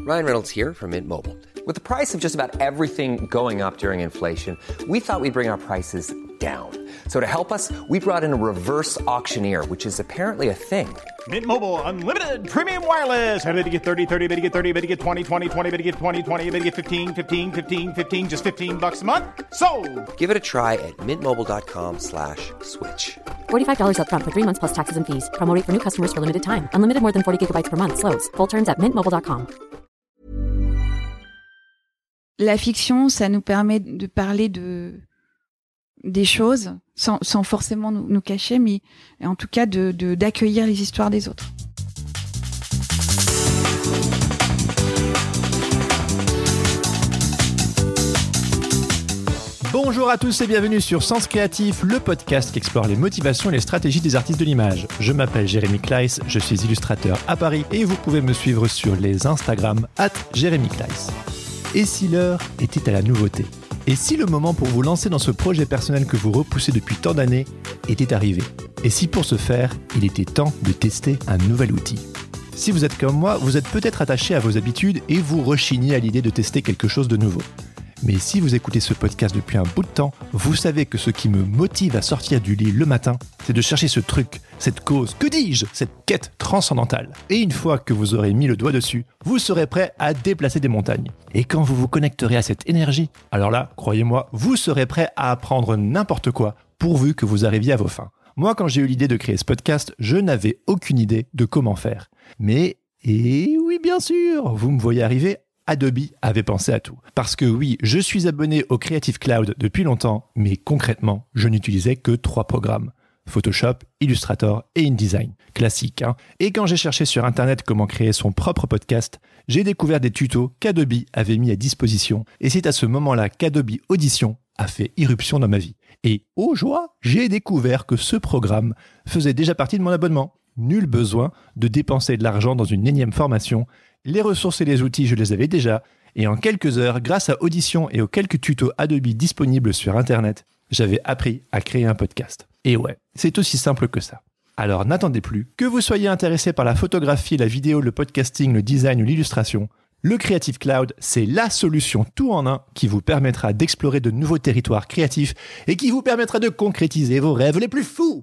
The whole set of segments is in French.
Ryan Reynolds here from Mint Mobile. With the price of just about everything going up during inflation, we thought we'd bring our prices down. So to help us, we brought in a reverse auctioneer, which is apparently a thing. Mint Mobile Unlimited Premium Wireless. How to get 30, 30, bit to get 30, bit to get 20, 20, 20, bit to get 20, 20, bit to get 15, 15, 15, 15, just $15 a month? Sold! Give it a try at mintmobile.com/switch. $45 up front for 3 months plus taxes and fees. Promo rate for new customers for limited time. Unlimited more than 40 gigabytes per month. Slows full terms at mintmobile.com. La fiction, ça nous permet de parler des choses sans forcément nous cacher, mais en tout cas d'accueillir les histoires des autres. Bonjour à tous et bienvenue sur Sens Créatif, le podcast qui explore les motivations et les stratégies des artistes de l'image. Je m'appelle Jérémy Kleiss, je suis illustrateur à Paris et vous pouvez me suivre sur les Instagram @JérémyKleiss. Et si l'heure était à la nouveauté ? Et si le moment pour vous lancer dans ce projet personnel que vous repoussez depuis tant d'années était arrivé ? Et si pour ce faire, il était temps de tester un nouvel outil ? Si vous êtes comme moi, vous êtes peut-être attaché à vos habitudes et vous rechignez à l'idée de tester quelque chose de nouveau. Mais si vous écoutez ce podcast depuis un bout de temps, vous savez que ce qui me motive à sortir du lit le matin, c'est de chercher ce truc, cette cause, que dis-je, cette quête transcendantale. Et une fois que vous aurez mis le doigt dessus, vous serez prêt à déplacer des montagnes. Et quand vous vous connecterez à cette énergie, alors là, croyez-moi, vous serez prêt à apprendre n'importe quoi, pourvu que vous arriviez à vos fins. Moi, quand j'ai eu l'idée de créer ce podcast, je n'avais aucune idée de comment faire. Mais, et oui bien sûr, vous me voyez arriver, Adobe avait pensé à tout. Parce que oui, je suis abonné au Creative Cloud depuis longtemps, mais concrètement, je n'utilisais que 3 programmes. Photoshop, Illustrator et InDesign. Classique, hein. Et quand j'ai cherché sur Internet comment créer son propre podcast, j'ai découvert des tutos qu'Adobe avait mis à disposition. Et c'est à ce moment-là qu'Adobe Audition a fait irruption dans ma vie. Et, oh joie, j'ai découvert que ce programme faisait déjà partie de mon abonnement. Nul besoin de dépenser de l'argent dans une énième formation. Les ressources et les outils, je les avais déjà. Et en quelques heures, grâce à Audition et aux quelques tutos Adobe disponibles sur Internet, j'avais appris à créer un podcast. Et ouais, c'est aussi simple que ça. Alors n'attendez plus, que vous soyez intéressé par la photographie, la vidéo, le podcasting, le design ou l'illustration, le Creative Cloud, c'est la solution tout en un qui vous permettra d'explorer de nouveaux territoires créatifs et qui vous permettra de concrétiser vos rêves les plus fous.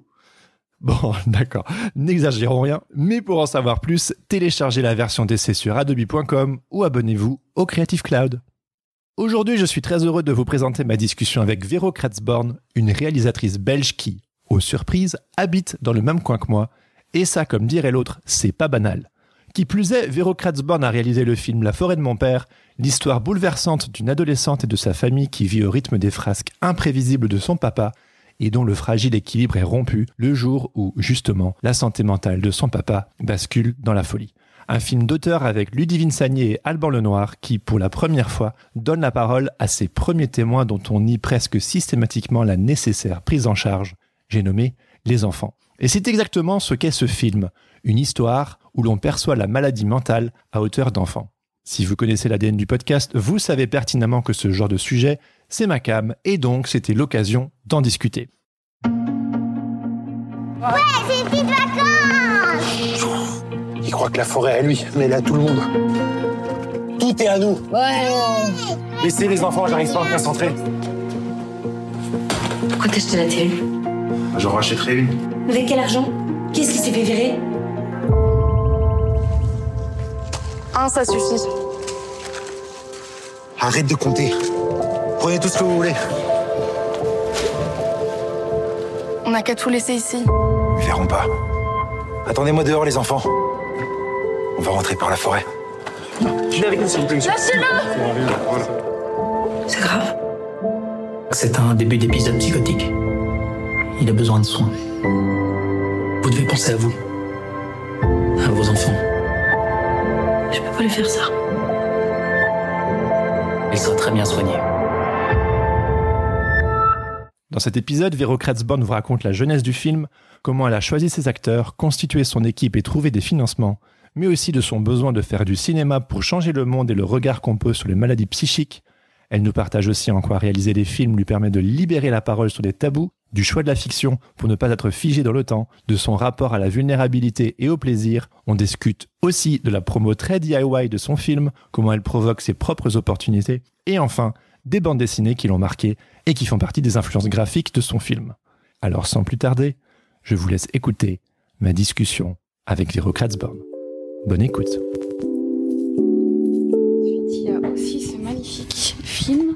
Bon, d'accord, n'exagérons rien, mais pour en savoir plus, téléchargez la version d'essai sur adobe.com ou abonnez-vous au Creative Cloud. Aujourd'hui, je suis très heureux de vous présenter ma discussion avec Vero Kratzborn, une réalisatrice belge qui, aux surprises, habite dans le même coin que moi, et ça, comme dirait l'autre, c'est pas banal. Qui plus est, Vero Kratzborn a réalisé le film La forêt de mon père, l'histoire bouleversante d'une adolescente et de sa famille qui vit au rythme des frasques imprévisibles de son papa, et dont le fragile équilibre est rompu le jour où, justement, la santé mentale de son papa bascule dans la folie. Un film d'auteur avec Ludivine Sagné et Alban Lenoir qui, pour la première fois, donne la parole à ces premiers témoins dont on nie presque systématiquement la nécessaire prise en charge. J'ai nommé les enfants. Et c'est exactement ce qu'est ce film, une histoire où l'on perçoit la maladie mentale à hauteur d'enfant. Si vous connaissez l'ADN du podcast, vous savez pertinemment que ce genre de sujet, c'est ma came, et donc c'était l'occasion d'en discuter. Ouais, c'est une petite vacances! Il croit que la forêt est à lui, mais elle est à tout le monde. Tout est à nous. Ouais! Laissez les enfants, j'arrive pas à me concentrer. Pourquoi t'as acheté la télé? J'en rachèterai une. Avec quel argent? Qu'est-ce qui s'est fait virer? Ça suffit. Arrête de compter. Prenez tout ce que vous voulez. On n'a qu'à tout laisser ici. Ils verront pas. Attendez-moi dehors, les enfants. On va rentrer par la forêt. Venez avec nous, s'il vous plaît. Lâchez-le! C'est grave. C'est un début d'épisode psychotique. Il a besoin de soins. Vous devez penser à vous. À vos enfants. Je peux pas lui faire ça. Il sera très bien soigné. Dans cet épisode, Vero Kratzborn vous raconte la jeunesse du film, comment elle a choisi ses acteurs, constitué son équipe et trouvé des financements, mais aussi de son besoin de faire du cinéma pour changer le monde et le regard qu'on pose sur les maladies psychiques. Elle nous partage aussi en quoi réaliser des films lui permet de libérer la parole sur des tabous, Du choix de la fiction pour ne pas être figé dans le temps, de son rapport à la vulnérabilité et au plaisir, on discute aussi de la promo très DIY de son film, comment elle provoque ses propres opportunités, et enfin, des bandes dessinées qui l'ont marqué et qui font partie des influences graphiques de son film. Alors sans plus tarder, je vous laisse écouter ma discussion avec Véro Kratzborn. Bonne écoute. Il y a aussi ce magnifique film.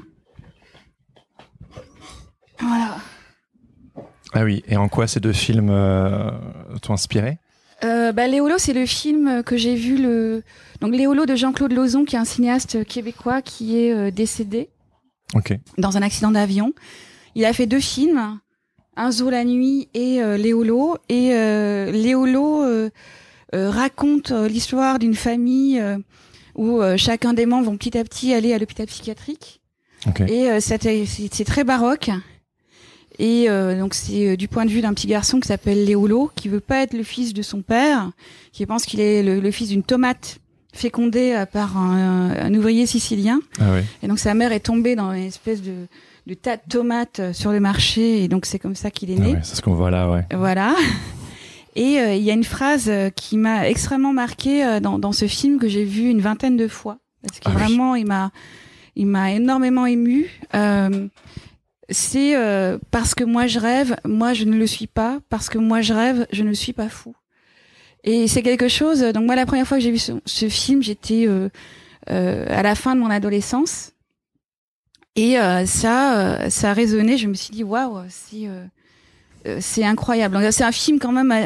Voilà. Ah oui, et en quoi ces deux films t'ont inspiré ? Léolo, c'est le film que j'ai vu. Donc Léolo de Jean-Claude Lauzon, qui est un cinéaste québécois qui est décédé dans un accident d'avion. Il a fait 2 films, Un zoo la nuit et Léolo. Et Léolo raconte l'histoire d'une famille où chacun des membres vont petit à petit aller à l'hôpital psychiatrique. Et c'est très baroque. Et donc c'est du point de vue d'un petit garçon qui s'appelle Léolo, qui veut pas être le fils de son père, qui pense qu'il est le fils d'une tomate fécondée par un ouvrier sicilien. Ah ouais. Et donc sa mère est tombée dans une espèce de tas de tomates sur le marché, et donc c'est comme ça qu'il est né. Ah ouais, c'est ce qu'on voit là, ouais. Voilà. Et il y a une phrase qui m'a extrêmement marquée dans ce film, que j'ai vu une 20aine de fois, parce que vraiment il m'a énormément émue. C'est parce que moi je rêve, moi je ne le suis pas. Parce que moi je rêve, je ne suis pas fou. Et c'est quelque chose. Donc moi, la première fois que j'ai vu ce film, j'étais à la fin de mon adolescence, et ça a résonné. Je me suis dit waouh, c'est incroyable. Donc, c'est un film quand même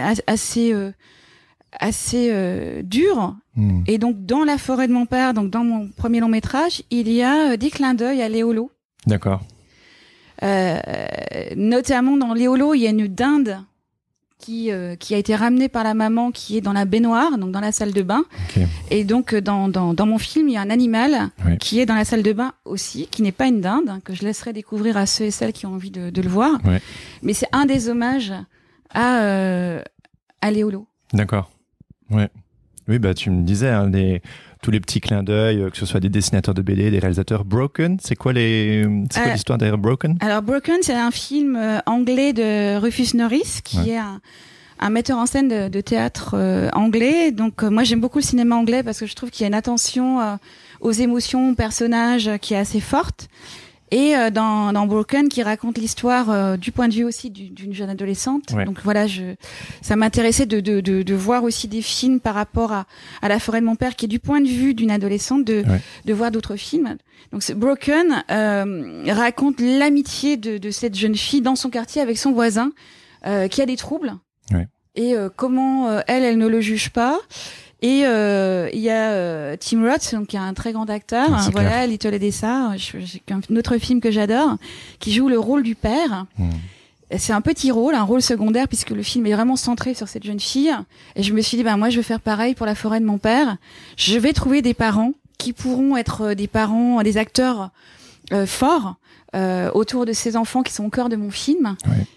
assez dur. Et donc dans La forêt de mon père, donc dans mon premier long métrage, il y a des clins d'œil à Léolo. D'accord. Notamment dans Léolo, il y a une dinde qui a été ramenée par la maman, qui est dans la baignoire, donc dans la salle de bain. Et donc dans mon film, il y a un animal qui est dans la salle de bain aussi, qui n'est pas une dinde, hein, que je laisserai découvrir à ceux et celles qui ont envie de le voir. Mais c'est un des hommages à Léolo. D'accord. Ouais. Oui, bah tu me disais tous les petits clins d'œil, que ce soit des dessinateurs de BD, des réalisateurs. Broken, c'est quoi l'histoire derrière Broken ? Alors Broken, c'est un film anglais de Rufus Norris, qui est un metteur en scène de théâtre anglais. Donc moi j'aime beaucoup le cinéma anglais parce que je trouve qu'il y a une attention aux émotions, aux personnages qui est assez forte. Et dans Broken, qui raconte l'histoire du point de vue aussi d'une jeune adolescente. Donc voilà, ça m'intéressait de voir aussi des films par rapport à La forêt de mon père, qui est du point de vue d'une adolescente, de voir d'autres films. Donc Broken raconte l'amitié de cette jeune fille dans son quartier avec son voisin qui a des troubles. Et comment elle ne le juge pas. Et il y a Tim Roth, donc qui est un très grand acteur, voilà, Little Odessa, j'ai un autre film que j'adore, qui joue le rôle du père. C'est un petit rôle, un rôle secondaire, puisque le film est vraiment centré sur cette jeune fille. Et je me suis dit, moi je vais faire pareil pour La forêt de mon père. Je vais trouver des parents qui pourront être des acteurs forts autour de ces enfants qui sont au cœur de mon film.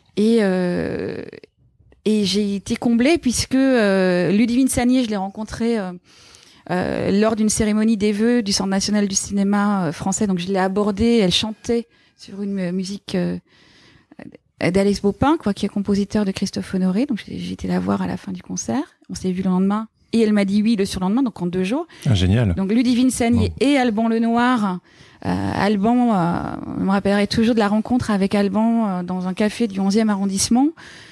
Et j'ai été comblée puisque Ludivine Sagnier, je l'ai rencontrée lors d'une cérémonie des vœux du Centre national du cinéma français. Donc je l'ai abordée, elle chantait sur une musique d'Alex Baupin, qui est compositeur de Christophe Honoré. Donc j'ai été la voir à la fin du concert. On s'est vu le lendemain et elle m'a dit oui le surlendemain, donc en 2 jours. Ah, génial. Donc Ludivine Sagnier et Alban Lenoir. Alban, je me rappellerai toujours de la rencontre avec Alban dans un café du 11e arrondissement.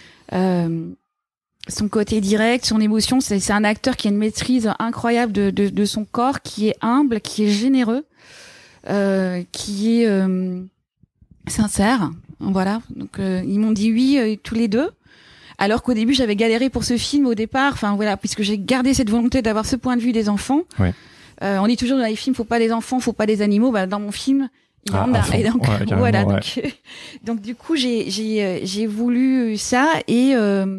Son côté direct, son émotion, c'est un acteur qui a une maîtrise incroyable de son corps, qui est humble, qui est généreux, qui est sincère. Voilà. Donc ils m'ont dit oui tous les deux. Alors qu'au début j'avais galéré pour ce film au départ. Enfin voilà, puisque j'ai gardé cette volonté d'avoir ce point de vue des enfants. On dit toujours dans les films, faut pas des enfants, faut pas des animaux. Dans mon film, il y en a. Et donc voilà. Donc du coup j'ai voulu ça et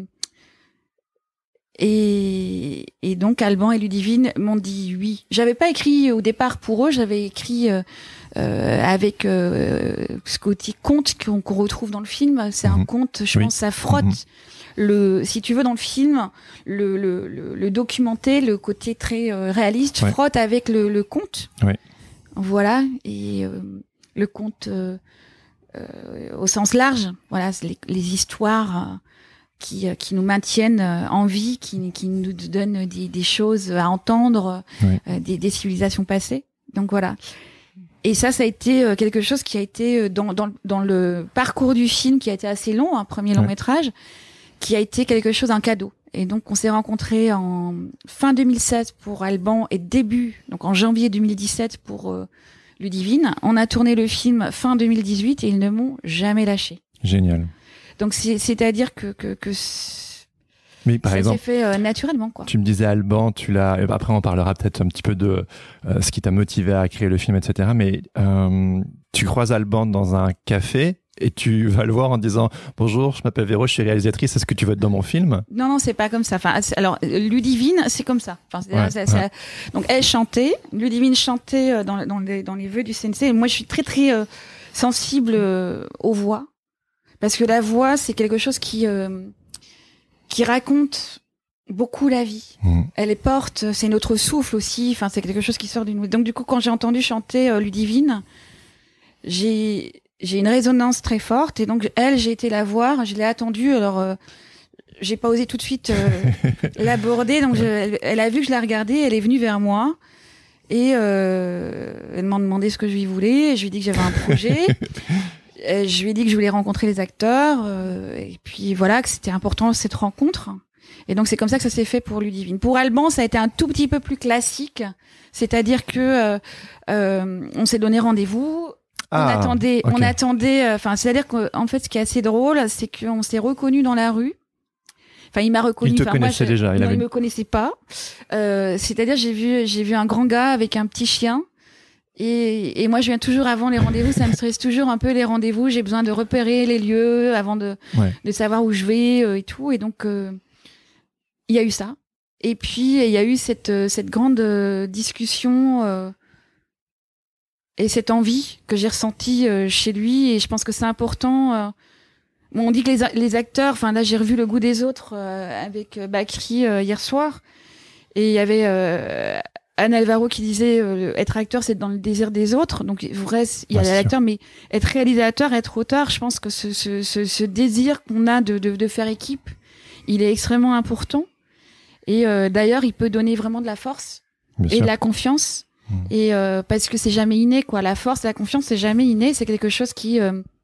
donc Alban et Ludivine m'ont dit oui. J'avais pas écrit au départ pour eux, j'avais écrit avec ce côté conte qu'on retrouve dans le film. C'est un conte, je pense, ça frotte si tu veux, dans le film, le documenté, le côté très réaliste frotte avec le conte. Voilà. Et le conte au sens large. Voilà, c'est les histoires qui nous maintiennent en vie, qui nous donnent des choses à entendre, des civilisations passées. Donc voilà. Et ça a été quelque chose qui a été dans le parcours du film, qui a été assez long, un premier long métrage, qui a été quelque chose, un cadeau. Et donc on s'est rencontrés en fin 2016 pour Alban et donc en janvier 2017 pour Ludivine. On a tourné le film fin 2018 et ils ne m'ont jamais lâché. Génial. Donc c'est-à-dire que mais par exemple, s'est fait naturellement, quoi. Tu me disais Alban, après on parlera peut-être un petit peu de ce qui t'a motivé à créer le film, etc. Mais tu croises Alban dans un café et tu vas le voir en disant bonjour, je m'appelle Véro, je suis réalisatrice, est-ce que tu veux être dans mon film? Non, c'est pas comme ça. Enfin, alors Ludivine, c'est comme ça. Enfin, donc elle chantait, Ludivine chantait dans les vœux du CNC. Et moi, je suis très très sensible aux voix, parce que la voix, c'est quelque chose qui raconte beaucoup la vie. Elle est porte, c'est notre souffle aussi. Enfin, c'est quelque chose qui sort d'une. Donc du coup, quand j'ai entendu chanter Ludivine, j'ai une résonance très forte, et donc j'ai été la voir, je l'ai attendue. Alors j'ai pas osé tout de suite l'aborder, donc elle a vu que je la regardais, elle est venue vers moi et elle m'a demandé ce que je lui voulais. Et je lui ai dit que j'avais un projet. Je lui ai dit que je voulais rencontrer les acteurs, et puis voilà, que c'était important cette rencontre. Et donc c'est comme ça que ça s'est fait pour Ludivine. Pour Alban, ça a été un tout petit peu plus classique, c'est-à-dire que on s'est donné rendez-vous. On attendait. Enfin, c'est-à-dire qu'en fait, ce qui est assez drôle, c'est qu'on s'est reconnus dans la rue. Enfin, il m'a reconnu. Il te connaissait déjà. Il me connaissait pas. C'est-à-dire, j'ai vu un grand gars avec un petit chien. Et moi, je viens toujours avant les rendez-vous. Ça me stresse toujours un peu les rendez-vous. J'ai besoin de repérer les lieux avant de savoir où je vais et tout. Et donc, il y a eu ça. Et puis, il y a eu cette grande discussion. Et cette envie que j'ai ressentie chez lui, et je pense que c'est important. On dit que les acteurs, enfin là j'ai revu Le Goût des autres avec Bakri hier soir, et il y avait Anne Alvaro qui disait être acteur c'est dans le désir des autres. Donc vrai, il y a l'acteur, mais être réalisateur, être auteur, je pense que ce désir qu'on a de faire équipe, il est extrêmement important. Et d'ailleurs, il peut donner vraiment de la force et de la confiance. Et parce que c'est jamais inné, quoi. La force, la confiance, c'est jamais inné. C'est quelque chose qui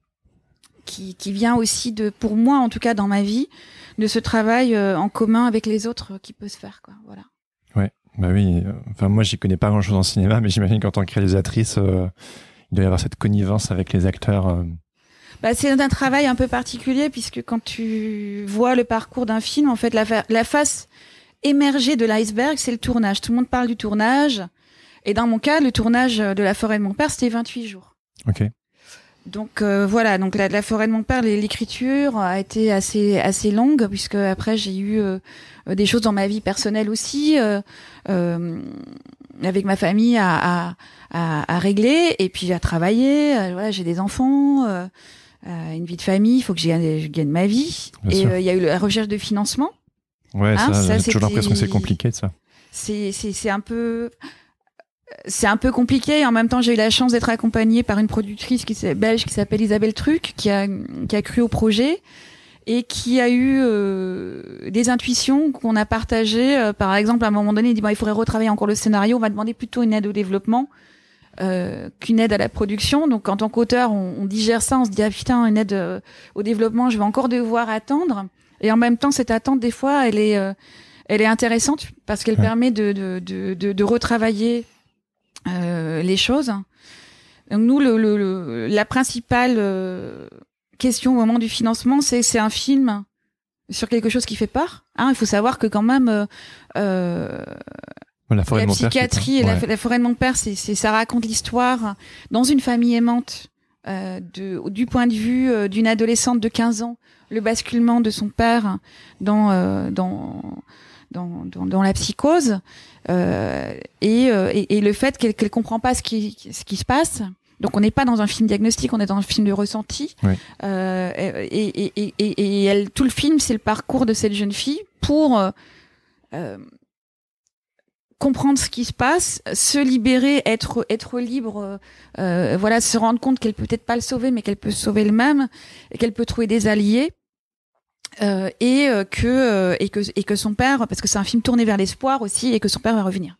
vient aussi pour moi, en tout cas dans ma vie, de ce travail en commun avec les autres qui peut se faire, quoi. Voilà. Ouais, bah oui. Enfin, moi, j'y connais pas grand-chose en cinéma, mais j'imagine qu'en tant que réalisatrice, il doit y avoir cette connivence avec les acteurs. Bah, c'est un travail un peu particulier, puisque quand tu vois le parcours d'un film, en fait, la face émergée de l'iceberg, c'est le tournage. Tout le monde parle du tournage. Et dans mon cas, le tournage de La forêt de mon père, c'était 28 jours. Ok. Donc voilà, donc la forêt de mon père, l'écriture a été assez longue, puisque après j'ai eu des choses dans ma vie personnelle aussi, avec ma famille à régler, et puis à travailler. Voilà, j'ai des enfants, une vie de famille, il faut que je gagne ma vie. Bien et il y a eu la recherche de financement. Ouais, ça j'ai toujours l'impression que c'est compliqué, ça. C'est un peu compliqué, et en même temps j'ai eu la chance d'être accompagnée par une productrice belge qui s'appelle Isabelle Truc, qui a cru au projet et qui a eu des intuitions qu'on a partagées. Par exemple, à un moment donné, il dit il faudrait retravailler encore le scénario, on va demander plutôt une aide au développement qu'une aide à la production. Donc en tant qu'auteur, on digère ça, on se dit putain, une aide au développement, je vais encore devoir attendre. Et en même temps, cette attente, des fois, elle est intéressante parce qu'elle permet de retravailler les choses. Donc nous, la principale question au moment du financement, c'est un film sur quelque chose qui fait peur. Il faut savoir que quand même la forêt de mon psychiatrie et la forêt de mon père, ça raconte l'histoire dans une famille aimante, du point de vue d'une adolescente de 15 ans, le basculement de son père dans la psychose, et le fait qu'elle comprend pas ce qui se passe. Donc on n'est pas dans un film diagnostic, on est dans un film de ressenti. Oui. Et tout le film, c'est le parcours de cette jeune fille pour comprendre ce qui se passe, se libérer, être libre, voilà, se rendre compte qu'elle peut peut-être pas le sauver, mais qu'elle peut sauver le même, et qu'elle peut trouver des alliés. Et que son père, parce que c'est un film tourné vers l'espoir aussi, et que son père va revenir.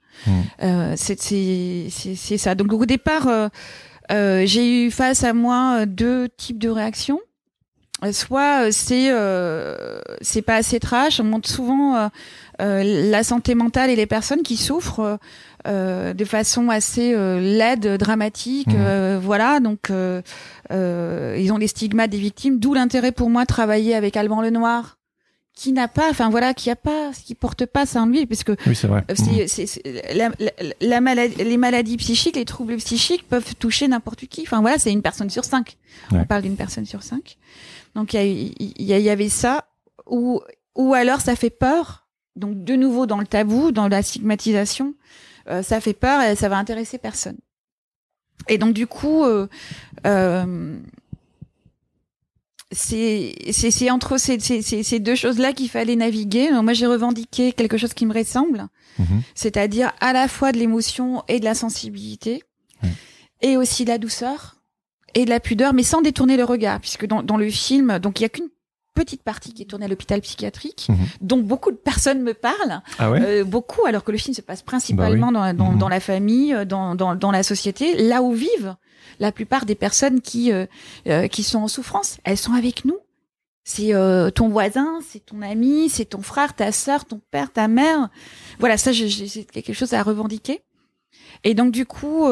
C'est ça. Donc au départ, j'ai eu face à moi deux types de réactions. Soit c'est pas assez trash. On montre souvent la santé mentale et les personnes qui souffrent de façon assez laide, dramatique. Voilà, donc ils ont les stigmates des victimes. D'où l'intérêt pour moi de travailler avec Alban Lenoir, qui n'a pas, enfin voilà, qui porte pas ça en lui, puisque oui, c'est vrai. La maladie, les maladies psychiques, les troubles psychiques peuvent toucher n'importe qui. Enfin voilà, c'est une personne sur 5. Ouais. On parle d'une personne sur 5. Donc il y avait ça, ou alors ça fait peur. Donc de nouveau dans le tabou, dans la stigmatisation, ça fait peur et ça va intéresser personne. Et donc du coup, c'est entre ces deux choses-là qu'il fallait naviguer. Donc, moi j'ai revendiqué quelque chose qui me ressemble, c'est-à-dire à la fois de l'émotion et de la sensibilité, et aussi de la douceur et de la pudeur, mais sans détourner le regard, puisque dans le film, donc il y a qu'une petite partie qui est tournée à l'hôpital psychiatrique, dont beaucoup de personnes me parlent, beaucoup, alors que le film se passe principalement dans la famille, dans la société, là où vivent la plupart des personnes qui sont en souffrance. Elles sont avec nous. C'est ton voisin, c'est ton ami, c'est ton frère, ta sœur, ton père, ta mère. Voilà, ça, c'est quelque chose à revendiquer. Et donc du coup,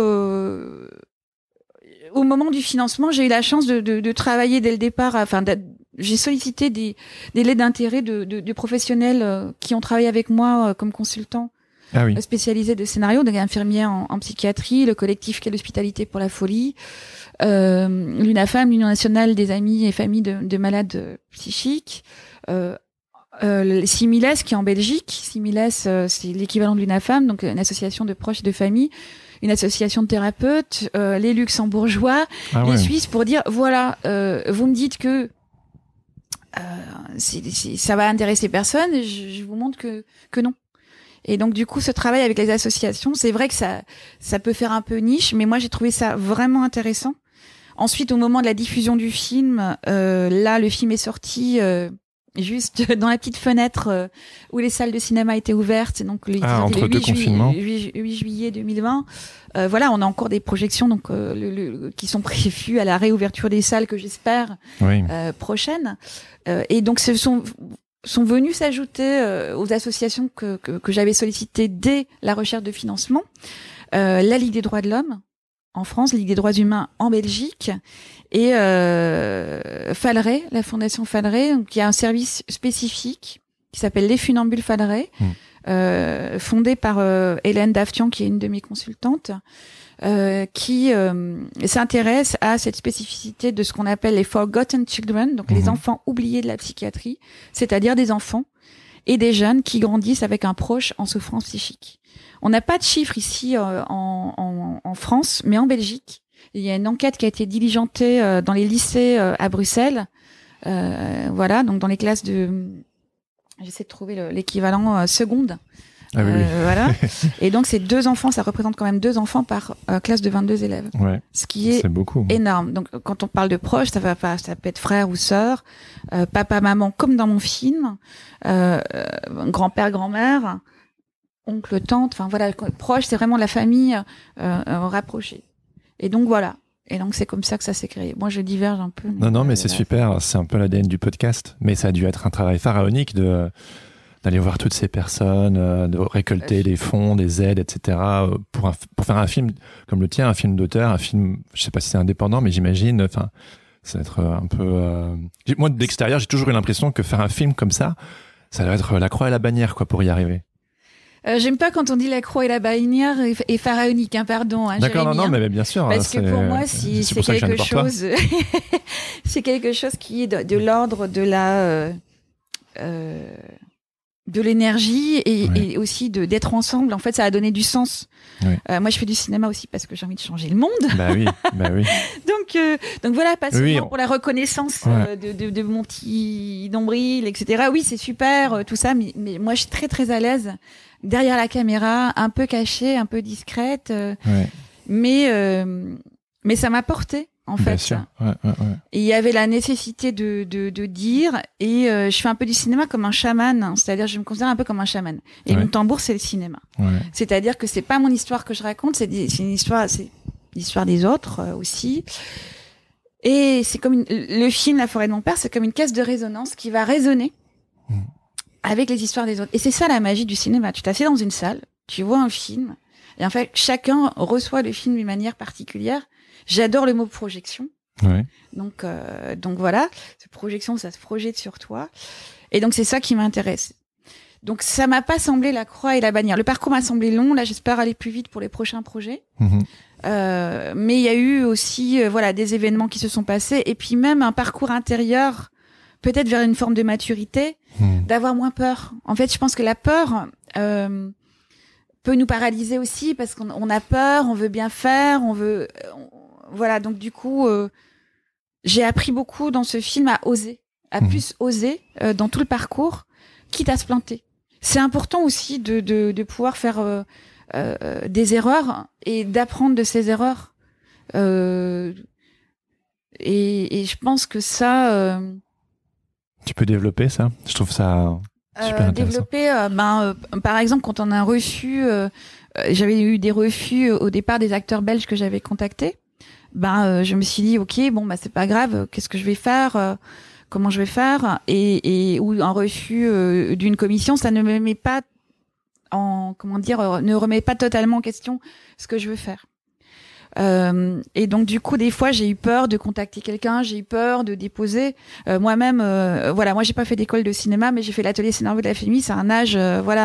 au moment du financement, j'ai eu la chance de travailler dès le départ. Enfin, j'ai sollicité des lettres d'intérêt de professionnels qui ont travaillé avec moi comme consultants spécialisés de scénario, donc infirmiers en psychiatrie, le collectif Quelle Hospitalité pour la Folie, l'UNAFAM, l'Union nationale des amis et familles de malades psychiques, Similes qui est en Belgique. Similes, c'est l'équivalent de l'UNAFAM, donc une association de proches et de familles, une association de thérapeutes, les luxembourgeois, les Suisses, pour dire voilà, vous me dites que ça va intéresser personne, je vous montre que non. Et donc du coup, ce travail avec les associations, c'est vrai que ça peut faire un peu niche, mais moi j'ai trouvé ça vraiment intéressant. Ensuite, au moment de la diffusion du film, là le film est sorti juste dans la petite fenêtre où les salles de cinéma étaient ouvertes, donc entre deux confinements. 8 juillet 2020. Voilà, on a encore des projections donc qui sont prévues à la réouverture des salles que j'espère prochaine. Et donc ce sont venus s'ajouter aux associations que j'avais sollicitées dès la recherche de financement, la Ligue des droits de l'homme en France, Ligue des droits humains en Belgique, et Falleret, la fondation Falleret, qui a un service spécifique qui s'appelle Les Funambules Falleret, fondé par Hélène Daftian, qui est une de mes consultantes, qui s'intéresse à cette spécificité de ce qu'on appelle les Forgotten Children, donc les enfants oubliés de la psychiatrie, c'est-à-dire des enfants et des jeunes qui grandissent avec un proche en souffrance psychique. On n'a pas de chiffres ici en France, mais en Belgique, il y a une enquête qui a été diligentée dans les lycées à Bruxelles, voilà, donc dans les classes j'essaie de trouver l'équivalent seconde. Voilà. Et donc, c'est 2 enfants, ça représente quand même 2 enfants par classe de 22 élèves. Ouais. Ce qui est beaucoup, énorme. Donc, quand on parle de proches, ça peut être frère ou sœur, papa, maman, comme dans mon film, grand-père, grand-mère, oncle, tante, enfin voilà, proche, c'est vraiment la famille rapprochée. Et donc, voilà. Et donc, c'est comme ça que ça s'est créé. Moi, je diverge un peu. Non, mais c'est super. C'est un peu l'ADN du podcast. Mais ça a dû être un travail pharaonique d'aller voir toutes ces personnes, de récolter des fonds, des aides, etc. pour faire un film comme le tien, un film d'auteur, un film, je sais pas si c'est indépendant, mais j'imagine, enfin, ça va être un peu... Moi, de l'extérieur, j'ai toujours eu l'impression que faire un film comme ça doit être la croix et la bannière, quoi, pour y arriver. J'aime pas quand on dit la croix et la bannière et pharaonique, pardon. D'accord, Jérémy, non, mais bien sûr. Parce que pour moi, c'est quelque chose, c'est quelque chose qui est de l'ordre de de l'énergie et aussi d'être ensemble. En fait, ça a donné du sens. Moi, je fais du cinéma aussi parce que j'ai envie de changer le monde. Bah oui. Donc, donc voilà, pas seulement Oui, pour la reconnaissance de mon petit nombril, etc. Oui, c'est super, tout ça, mais moi, je suis très, très à l'aise derrière la caméra, un peu cachée, un peu discrète, mais ça m'a porté, en fait. Bien sûr. Et il y avait la nécessité de dire, et je fais un peu du cinéma comme un chaman, hein, c'est-à-dire je me considère un peu comme un chaman. Et mon tambour, c'est le cinéma. C'est-à-dire que c'est pas mon histoire que je raconte, c'est une histoire, c'est l'histoire des autres aussi. Et c'est comme le film La forêt de mon père, c'est comme une caisse de résonance qui va résonner avec les histoires des autres. Et c'est ça la magie du cinéma. Tu t'assieds dans une salle, tu vois un film, et en fait, chacun reçoit le film d'une manière particulière. J'adore le mot projection. Donc voilà, cette projection, ça se projette sur toi. Et donc c'est ça qui m'intéresse. Donc ça m'a pas semblé la croix et la bannière. Le parcours m'a semblé long. Là, j'espère aller plus vite pour les prochains projets. Mais il y a eu aussi des événements qui se sont passés, et puis même un parcours intérieur, peut-être vers une forme de maturité, d'avoir moins peur. En fait, je pense que la peur peut nous paralyser aussi, parce qu'on a peur, on veut bien faire, voilà. Donc du coup, j'ai appris beaucoup dans ce film à oser, à plus oser dans tout le parcours, quitte à se planter. C'est important aussi de pouvoir faire des erreurs et d'apprendre de ces erreurs. Et je pense que ça... Tu peux développer ça ? Je trouve ça super intéressant. Développer, par exemple, quand on a un refus... j'avais eu des refus au départ des acteurs belges que j'avais contactés. Je me suis dit, ok, c'est pas grave, qu'est-ce que je vais faire, comment je vais faire, ou un refus d'une commission, ça ne me met pas ne remet pas totalement en question ce que je veux faire. Et donc du coup, des fois, j'ai eu peur de contacter quelqu'un, j'ai eu peur de déposer moi-même. Moi, j'ai pas fait d'école de cinéma, mais j'ai fait l'atelier scénario de la FMI. C'est un âge,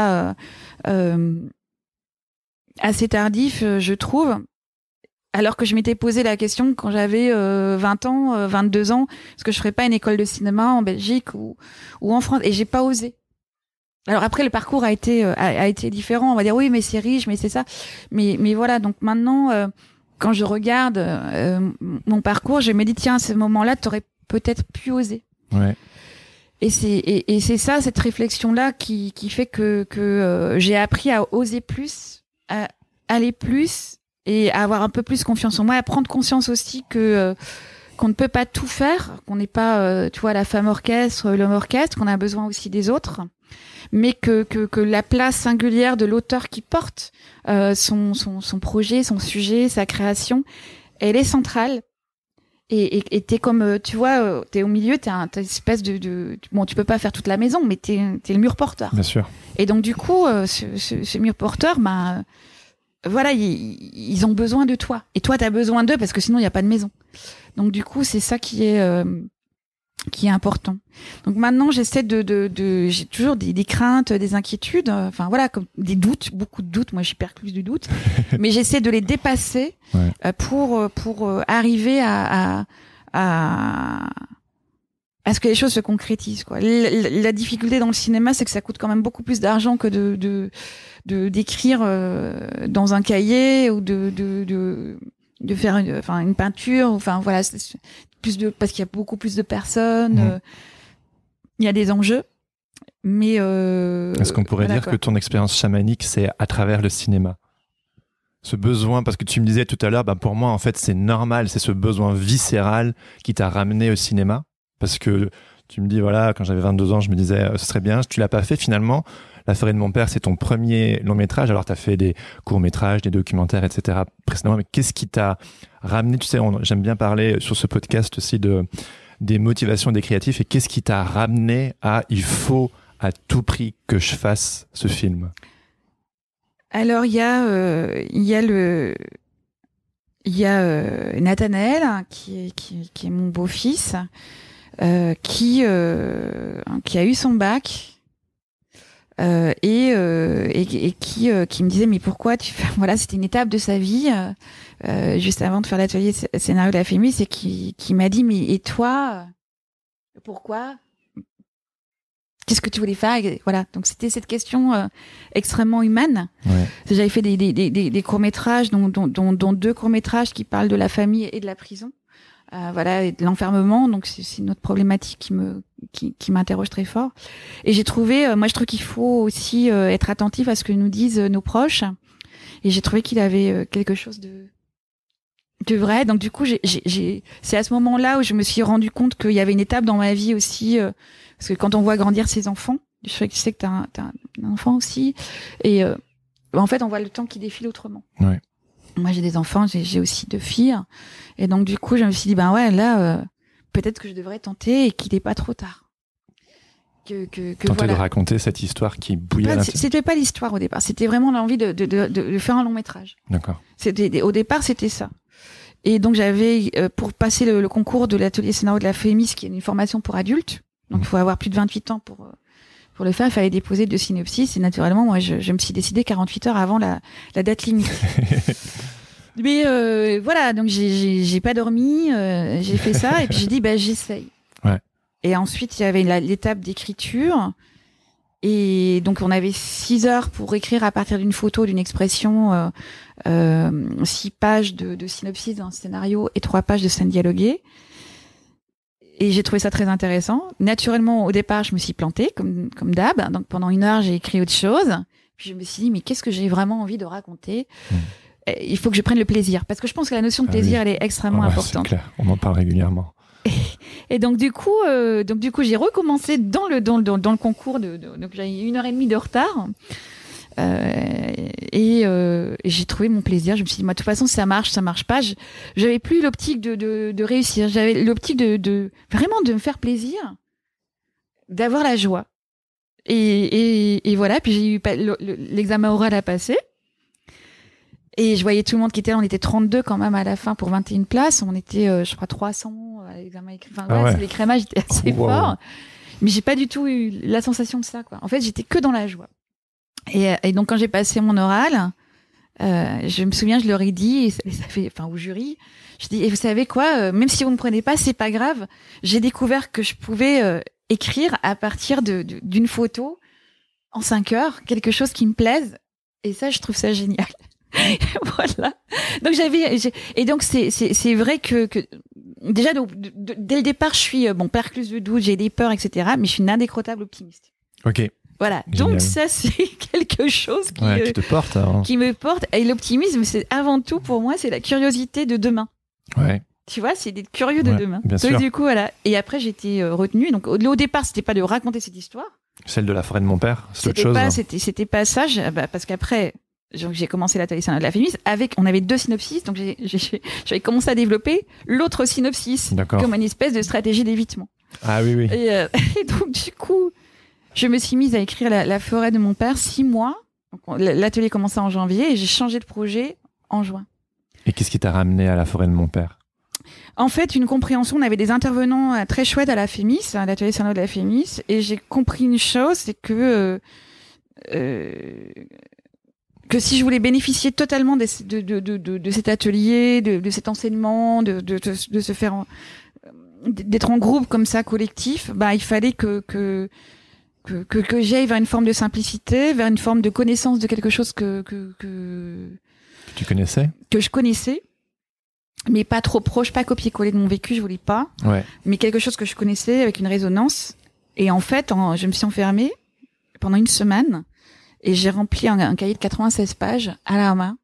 assez tardif, je trouve. Alors que je m'étais posé la question quand j'avais 20 ans, 22 ans, est-ce que je ferais pas une école de cinéma en Belgique ou en France? Et j'ai pas osé. Alors après, le parcours a été différent. On va dire oui, mais c'est riche, mais c'est ça. Mais voilà. Donc maintenant, quand je regarde mon parcours, je me dis tiens, à ce moment-là, t'aurais peut-être pu oser. Et c'est ça, cette réflexion-là qui fait que j'ai appris à oser plus, à aller plus. Et à avoir un peu plus confiance en moi, à prendre conscience aussi que qu'on ne peut pas tout faire, qu'on n'est pas, la femme orchestre, l'homme orchestre, qu'on a besoin aussi des autres, mais que la place singulière de l'auteur qui porte son projet, son sujet, sa création, elle est centrale. Et t'es comme, t'es au milieu, t'es une espèce de bon, tu peux pas faire toute la maison, mais t'es le mur porteur. Bien sûr. Et donc du coup, ce mur porteur, ils ont besoin de toi. Et toi, t'as besoin d'eux parce que sinon, il n'y a pas de maison. Donc, du coup, c'est ça qui est important. Donc, maintenant, j'essaie j'ai toujours des craintes, des inquiétudes, comme des doutes, beaucoup de doutes. Moi, je percluse du doute. Mais j'essaie de les dépasser pour arriver à ce que les choses se concrétisent, quoi. La difficulté dans le cinéma, c'est que ça coûte quand même beaucoup plus d'argent que d'écrire dans un cahier ou de faire une peinture, c'est parce qu'il y a beaucoup plus de personnes, il y a des enjeux, mais est-ce qu'on pourrait dire que ton expérience chamanique, c'est à travers le cinéma, ce besoin, parce que tu me disais tout à l'heure, pour moi en fait c'est normal, c'est ce besoin viscéral qui t'a ramené au cinéma, parce que tu me dis quand j'avais 22 ans je me disais ce serait bien, tu l'as pas fait finalement. La forêt de mon père, c'est ton premier long métrage. Alors, tu as fait des courts-métrages, des documentaires, etc. précédemment. Mais qu'est-ce qui t'a ramené? Tu sais, j'aime bien parler sur ce podcast aussi des motivations des créatifs. Et qu'est-ce qui t'a ramené à il faut à tout prix que je fasse ce film? Alors, il y a Nathanaël, qui est mon beau-fils, qui a eu son bac. Et qui me disait mais pourquoi tu fais... c'était une étape de sa vie juste avant de faire l'atelier scénario de la FMI, c'est qui m'a dit mais et toi pourquoi, qu'est-ce que tu voulais faire? Donc c'était cette question extrêmement humaine. J'avais fait des courts-métrages dont 2 courts-métrages qui parlent de la famille et de la prison. voilà, et de l'enfermement. Donc c'est une autre problématique qui m'interroge très fort. Et j'ai trouvé, moi je trouve qu'il faut aussi être attentif à ce que nous disent nos proches. Et j'ai trouvé qu'il avait quelque chose de vrai. Donc du coup, c'est à ce moment-là où je me suis rendu compte qu'il y avait une étape dans ma vie aussi, parce que quand on voit grandir ses enfants, je sais que t'as un enfant aussi, et en fait, on voit le temps qui défile autrement. Ouais. Moi, j'ai des enfants, j'ai aussi 2 filles, et donc du coup, je me suis dit, ben ouais, là, peut-être que je devrais tenter et qu'il n'est pas trop tard. Tenter voilà. De raconter cette histoire qui bouillait à l'intérieur. C'était pas l'histoire au départ, c'était vraiment l'envie de faire un long métrage. D'accord. Au départ, c'était ça. Et donc j'avais, pour passer le concours de l'atelier scénario de la FEMIS, qui est une formation pour adultes, donc il faut avoir plus de 28 ans pour le faire, il fallait déposer 2 synopsis, et naturellement, moi, je me suis décidée 48 heures avant la date limite. Mais voilà, donc j'ai pas dormi, j'ai fait ça, et puis j'ai dit, j'essaye. Ouais. Et ensuite, il y avait l'étape d'écriture. Et donc, on avait 6 heures pour écrire à partir d'une photo, d'une expression, 6 pages de synopsis d'un scénario et 3 pages de scènes dialoguées. Et j'ai trouvé ça très intéressant. Naturellement, au départ, je me suis plantée, comme d'hab. Donc, pendant 1 heure, j'ai écrit autre chose. Puis, je me suis dit, mais qu'est-ce que j'ai vraiment envie de raconter ? Il faut que je prenne le plaisir. Parce que je pense que la notion de plaisir, elle est extrêmement importante. C'est clair. On en parle régulièrement. Et donc du coup, j'ai recommencé dans le concours. Donc j'avais 1h30 de retard. Et j'ai trouvé mon plaisir. Je me suis dit, moi, de toute façon, ça marche pas. J'avais plus l'optique de réussir. J'avais l'optique de vraiment de me faire plaisir, d'avoir la joie. Et voilà. Puis j'ai eu l'examen oral à passer. Et je voyais tout le monde qui était là. On était 32 quand même à la fin pour 21 places. On était, je crois, 300 à l'examen écrit. Enfin, voilà, l'écrémage était assez fort. Mais j'ai pas du tout eu la sensation de ça, quoi. En fait, j'étais que dans la joie. Et donc, quand j'ai passé mon oral, je me souviens, je leur ai dit, au jury, je dis, et vous savez quoi, même si vous ne me prenez pas, c'est pas grave. J'ai découvert que je pouvais écrire à partir d'une photo en 5 heures, quelque chose qui me plaise. Et ça, je trouve ça génial. Voilà. Donc et donc c'est vrai que déjà dès le départ, je suis percluse de doute, j'ai des peurs, etc. Mais je suis une indécrottable optimiste. Ok. Voilà. Génial. Donc ça, c'est quelque chose qui te porte. Hein. Qui me porte. Et l'optimisme, c'est avant tout pour moi, c'est la curiosité de demain. Ouais. Tu vois, c'est d'être curieux de demain. Bien donc sûr. Du coup, voilà. Et après, j'ai été retenue. Donc au départ, c'était pas de raconter cette histoire. Celle de la forêt de mon père, c'est autre chose. C'était pas ça. Parce qu'après. J'ai commencé l'atelier scénario de la FEMIS on avait 2 synopsis, donc j'avais commencé à développer l'autre synopsis comme une espèce de stratégie d'évitement. Ah oui. Et donc du coup, je me suis mise à écrire la forêt de mon père 6 mois. Donc, l'atelier commençait en janvier et j'ai changé de projet en juin. Et qu'est-ce qui t'a ramené à la forêt de mon père ? En fait, une compréhension. On avait des intervenants très chouettes à la FEMIS, à l'atelier scénario de la FEMIS, et j'ai compris une chose, c'est que si je voulais bénéficier totalement de cet atelier, de cet enseignement, de se faire d'être en groupe comme ça, collectif, il fallait que j'aille vers une forme de simplicité, vers une forme de connaissance de quelque chose que tu connaissais, que je connaissais, mais pas trop proche, pas copier-coller de mon vécu, je voulais pas, mais quelque chose que je connaissais avec une résonance. Et en fait, je me suis enfermée pendant 1 semaine. Et j'ai rempli un cahier de 96 pages à la main.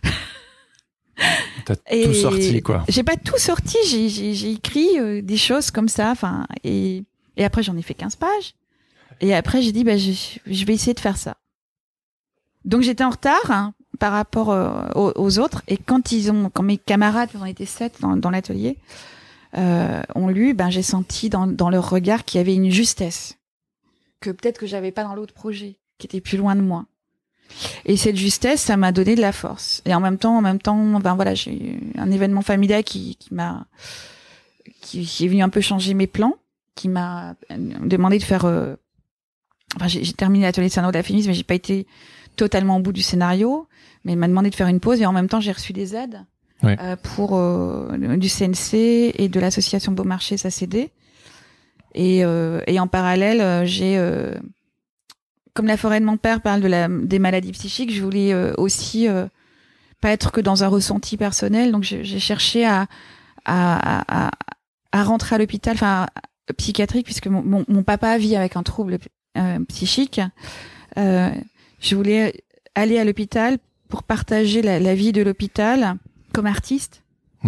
T'as tout sorti, quoi. J'ai pas tout sorti, j'ai écrit des choses comme ça, et après j'en ai fait 15 pages. Et après j'ai dit, je vais essayer de faire ça. Donc j'étais en retard par rapport aux autres, et quand mes camarades, on était 7 dans l'atelier, ont lu, j'ai senti dans leur regard qu'il y avait une justesse que peut-être que j'avais pas dans l'autre projet, qui était plus loin de moi. Et cette justesse, ça m'a donné de la force. Et en même temps, j'ai eu un événement familial qui est venu un peu changer mes plans, qui m'a demandé de faire, j'ai terminé l'atelier scénario de la FEMIS, mais j'ai pas été totalement au bout du scénario, mais il m'a demandé de faire une pause, et en même temps, j'ai reçu des aides, pour, du CNC et de l'association Beaumarchais SACD. Et en parallèle, comme la forêt de mon père parle des maladies psychiques, je voulais aussi pas être que dans un ressenti personnel. Donc j'ai cherché à rentrer à l'hôpital, enfin psychiatrique, puisque mon papa vit avec un trouble psychique. Je voulais aller à l'hôpital pour partager la vie de l'hôpital comme artiste,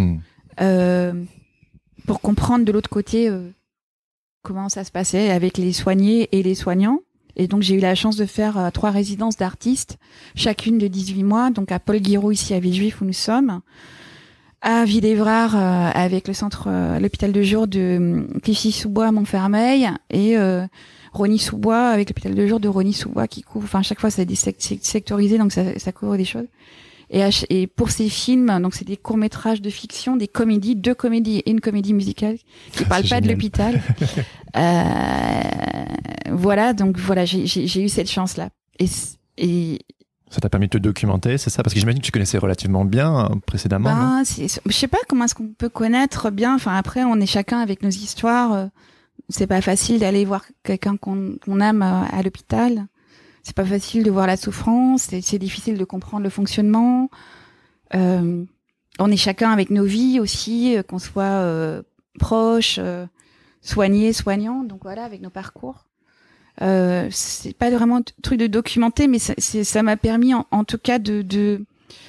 pour comprendre de l'autre côté comment ça se passait avec les soignés et les soignants. Et donc j'ai eu la chance de faire 3 résidences d'artistes, chacune de 18 mois, donc à Paul Guiraud ici à Villejuif où nous sommes, à Villévrard avec le centre, l'hôpital de jour de Clichy-sous-Bois à Montfermeil, et Rosny-sous-Bois avec l'hôpital de jour de Rosny-sous-Bois qui couvre, enfin à chaque fois c'est sectorisé, donc ça couvre des choses. Et pour ces films, donc c'est des courts-métrages de fiction, des comédies, 2 comédies et une comédie musicale qui parlent pas de l'hôpital. Voilà, donc voilà, j'ai eu cette chance-là. Et ça t'a permis de te documenter, c'est ça? Parce que j'imagine que tu connaissais relativement bien précédemment. Non, je sais pas comment est-ce qu'on peut connaître bien. Enfin après, on est chacun avec nos histoires. C'est pas facile d'aller voir quelqu'un qu'on aime à l'hôpital. C'est pas facile de voir la souffrance, c'est difficile de comprendre le fonctionnement. On est chacun avec nos vies aussi, qu'on soit proche, soigné, soignant, donc voilà, avec nos parcours. C'est pas vraiment un truc de documenter, mais ça m'a permis en tout cas d'être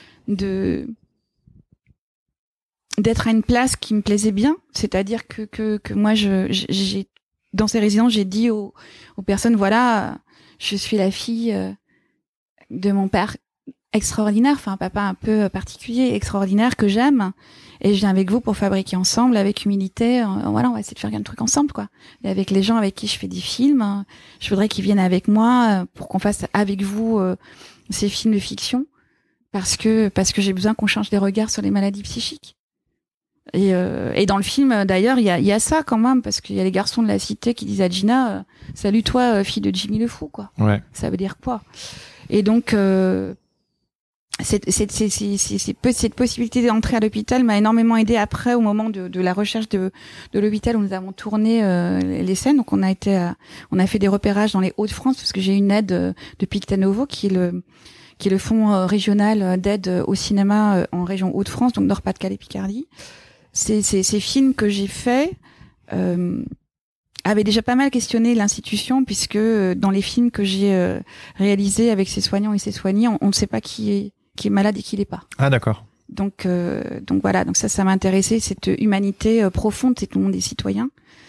à une place qui me plaisait bien, c'est-à-dire que moi j'ai dans ces résidences, j'ai dit aux personnes, voilà, je suis la fille de mon père extraordinaire, enfin un papa un peu particulier, extraordinaire, que j'aime, et je viens avec vous pour fabriquer ensemble, avec humilité, voilà, on va essayer de faire un truc ensemble, quoi. Et avec les gens avec qui je fais des films, je voudrais qu'ils viennent avec moi pour qu'on fasse avec vous ces films de fiction, parce que j'ai besoin qu'on change des regards sur les maladies psychiques. Et dans le film, d'ailleurs, il y a ça quand même, parce qu'il y a les garçons de la cité qui disent à Gina, salut toi, fille de Jimmy le Fou, quoi. Ouais. Ça veut dire quoi? Et donc, cette possibilité d'entrer à l'hôpital m'a énormément aidée après, au moment de la recherche de l'hôpital, où nous avons tourné les scènes. Donc on a fait des repérages dans les Hauts-de-France, parce que j'ai une aide de Pictanovo, qui est le fonds régional d'aide au cinéma en région Hauts-de-France, donc Nord-Pas-de-Calais, Picardie. Ces films que j'ai faits avaient déjà pas mal questionné l'institution, puisque dans les films que j'ai réalisés avec ces soignants et ces soignés, on ne sait pas qui est malade et qui l'est pas. Ah d'accord. Donc voilà, donc ça m'a intéressé, cette humanité profonde, c'est que tout le monde est citoyen.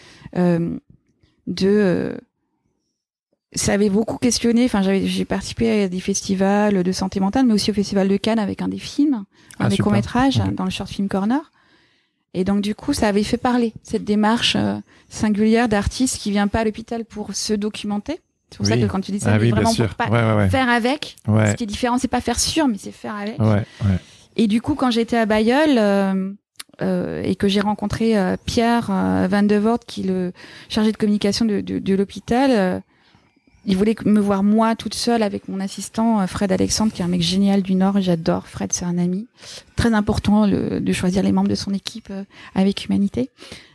Ça avait beaucoup questionné. Enfin, j'ai participé à des festivals de santé mentale, mais aussi au festival de Cannes avec un des films, des courts-métrages, dans le Short Film Corner. Et donc du coup, ça avait fait parler cette démarche singulière d'artiste qui vient pas à l'hôpital pour se documenter. C'est pour ça que quand tu dis ça, c'est vraiment pour pas faire avec. Ouais. Ce qui est différent, c'est pas faire sur, mais c'est faire avec. Ouais. Et du coup, quand j'étais à Bailleul et que j'ai rencontré Pierre Van de Voort, qui est le chargé de communication de l'hôpital, il voulait me voir moi toute seule avec mon assistant Fred Alexandre, qui est un mec génial du Nord. J'adore Fred, c'est un ami. Très important de choisir les membres de son équipe avec humanité.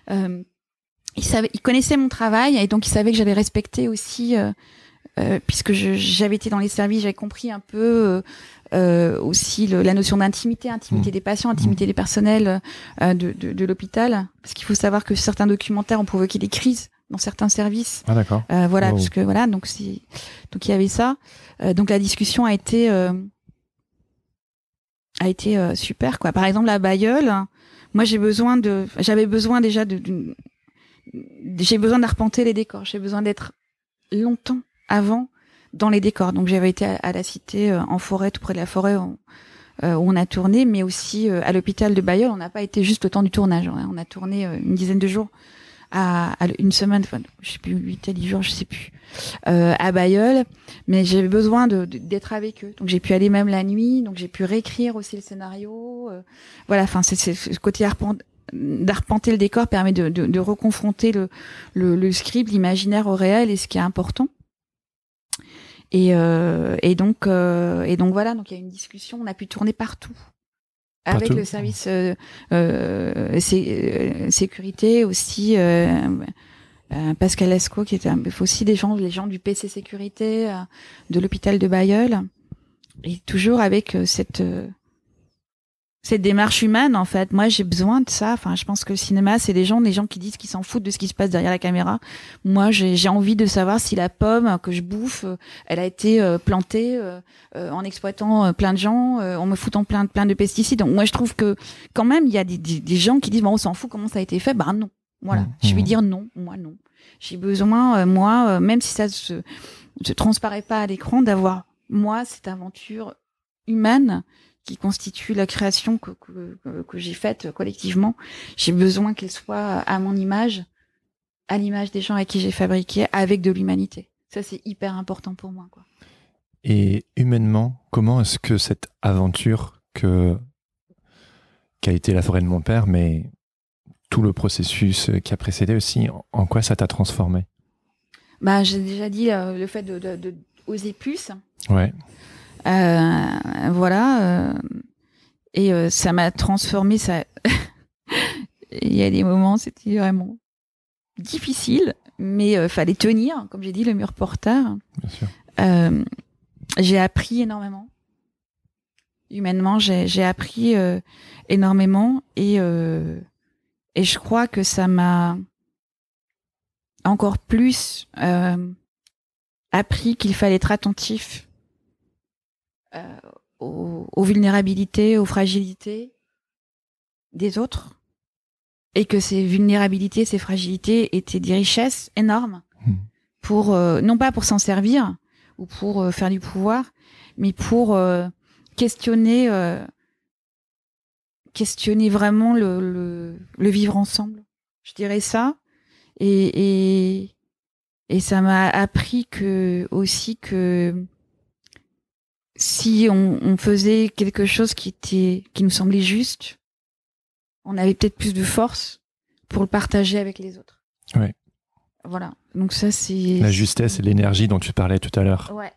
Il connaissait mon travail, et donc il savait que j'avais respecté aussi, puisque j'avais été dans les services, j'avais compris un peu aussi la notion d'intimité, des patients, intimité des personnels de l'hôpital, parce qu'il faut savoir que certains documentaires ont provoqué des crises dans certains services. Ah d'accord. Voilà, parce que voilà, donc il y avait ça. Donc la discussion a été super, quoi. Par exemple, à Bailleul, moi j'ai besoin d'arpenter les décors. J'ai besoin d'être longtemps avant dans les décors. Donc j'avais été à la cité en forêt, tout près de la forêt où on a tourné, mais aussi à l'hôpital de Bailleul. On n'a pas été juste le temps du tournage. On a tourné une dizaine de jours, à une semaine, enfin je sais plus, 8 à 10 jours, je sais plus, à Bailleul. Mais j'avais besoin d'être avec eux. Donc j'ai pu aller même la nuit. Donc j'ai pu réécrire aussi le scénario. Voilà, enfin c'est ce côté d'arpenter le décor permet de reconfronter le script, l'imaginaire au réel, et ce qui est important. Et donc voilà, donc il y a une discussion, on a pu tourner partout. Avec le service sécurité aussi, Pascal Lascaux, qui était aussi les gens du PC sécurité de l'hôpital de Bailleul, et toujours avec cette cette démarche humaine, en fait. Moi, j'ai besoin de ça. Enfin, je pense que le cinéma, c'est des gens qui disent qu'ils s'en foutent de ce qui se passe derrière la caméra. Moi, j'ai envie de savoir si la pomme que je bouffe, elle a été plantée en exploitant plein de gens, en me foutant plein de pesticides. Donc, moi, je trouve que quand même, il y a des gens qui disent bon, on s'en fout comment ça a été fait. Ben non. Voilà. Je vais dire non. Moi, non. J'ai besoin, même si ça se transparaît pas à l'écran, d'avoir moi cette aventure humaine qui constitue la création que j'ai faite collectivement. J'ai besoin qu'elle soit à mon image, à l'image des gens avec qui j'ai fabriqué, avec de l'humanité. Ça, c'est hyper important pour moi, quoi. Et humainement, comment est-ce que cette aventure qu'a été La forêt de mon père, mais tout le processus qui a précédé aussi, en quoi ça t'a transformé? Bah, j'ai déjà dit le fait de oser plus. Ouais. Voilà. Et ça m'a transformée. Ça. Il y a des moments, c'était vraiment difficile, mais fallait tenir. Comme j'ai dit, le mur porteur. Bien sûr. J'ai appris énormément. Humainement, j'ai appris énormément et je crois que ça m'a encore plus appris qu'il fallait être attentif aux vulnérabilités, aux fragilités des autres, et que ces vulnérabilités, ces fragilités étaient des richesses énormes pour non pas pour s'en servir ou pour faire du pouvoir, mais pour questionner vraiment le vivre ensemble. Je dirais ça. Et ça m'a appris que si on faisait quelque chose qui nous semblait juste, on avait peut-être plus de force pour le partager avec les autres. Ouais. Voilà. Donc ça, c'est la justesse et l'énergie dont tu parlais tout à l'heure. Ouais.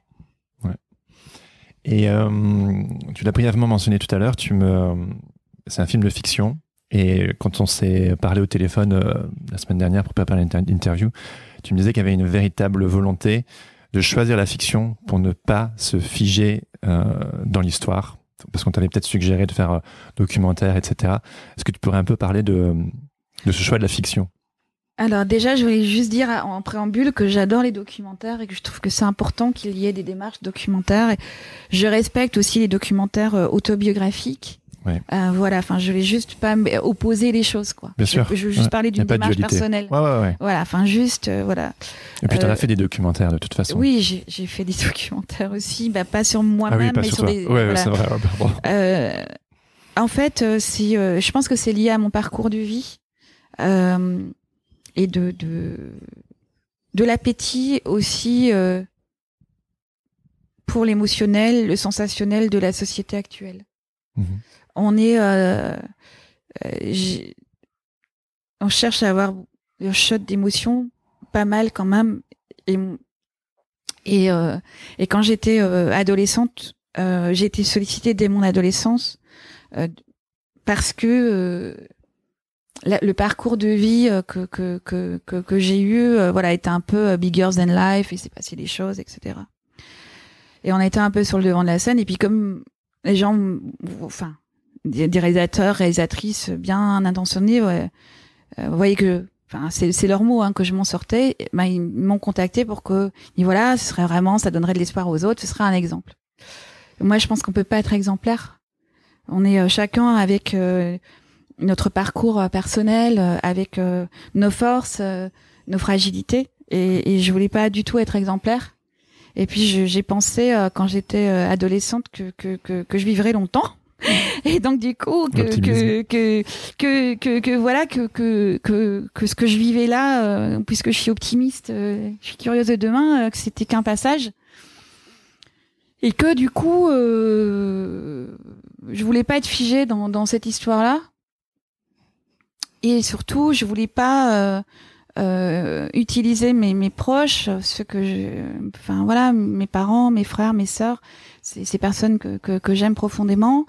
Et tu l'as brièvement mentionné tout à l'heure, c'est un film de fiction. Et quand on s'est parlé au téléphone la semaine dernière pour préparer l'interview, tu me disais qu'il y avait une véritable volonté de choisir la fiction pour ne pas se figer dans l'histoire. Parce qu'on t'avait peut-être suggéré de faire documentaire, etc. Est-ce que tu pourrais un peu parler de ce choix de la fiction ? Alors déjà, je voulais juste dire en préambule que j'adore les documentaires et que je trouve que c'est important qu'il y ait des démarches documentaires. Et je respecte aussi les documentaires autobiographiques. Ouais. Voilà, enfin, je vais juste pas opposer les choses, quoi. Bien sûr. Je veux juste parler d'une démarche personnelle. Ouais. Voilà, enfin, juste, voilà. Et puis, tu as fait des documentaires, de toute façon. Oui, j'ai fait des documentaires aussi, pas sur moi-même, mais sur des... Ouais, voilà. c'est vrai. En fait, je pense que c'est lié à mon parcours de vie et de l'appétit aussi pour l'émotionnel, le sensationnel de la société actuelle. On cherche à avoir un shot d'émotion, pas mal quand même. Et quand j'étais adolescente, j'ai été sollicitée dès mon adolescence parce que le parcours de vie que j'ai eu, voilà, était un peu bigger than life, et s'est passé des choses, etc. Et on a été un peu sur le devant de la scène, et puis comme les gens, enfin, des réalisateurs, réalisatrices bien intentionnés, vous voyez que, enfin, c'est leur mot, que je m'en sortais. Ils m'ont contacté pour que, et voilà, ce serait vraiment, ça donnerait de l'espoir aux autres, ce serait un exemple. Moi, je pense qu'on peut pas être exemplaire. On est chacun avec notre parcours personnel, avec nos forces, nos fragilités, et je voulais pas du tout être exemplaire. Et puis j'ai pensé quand j'étais adolescente que je vivrais longtemps. Et donc du coup voilà que ce que je vivais là, puisque je suis optimiste, je suis curieuse de demain, que c'était qu'un passage. Et que du coup je voulais pas être figée dans cette histoire-là. Et surtout, je voulais pas utiliser mes proches, ceux enfin voilà, mes parents, mes frères, mes sœurs, ces personnes que j'aime profondément.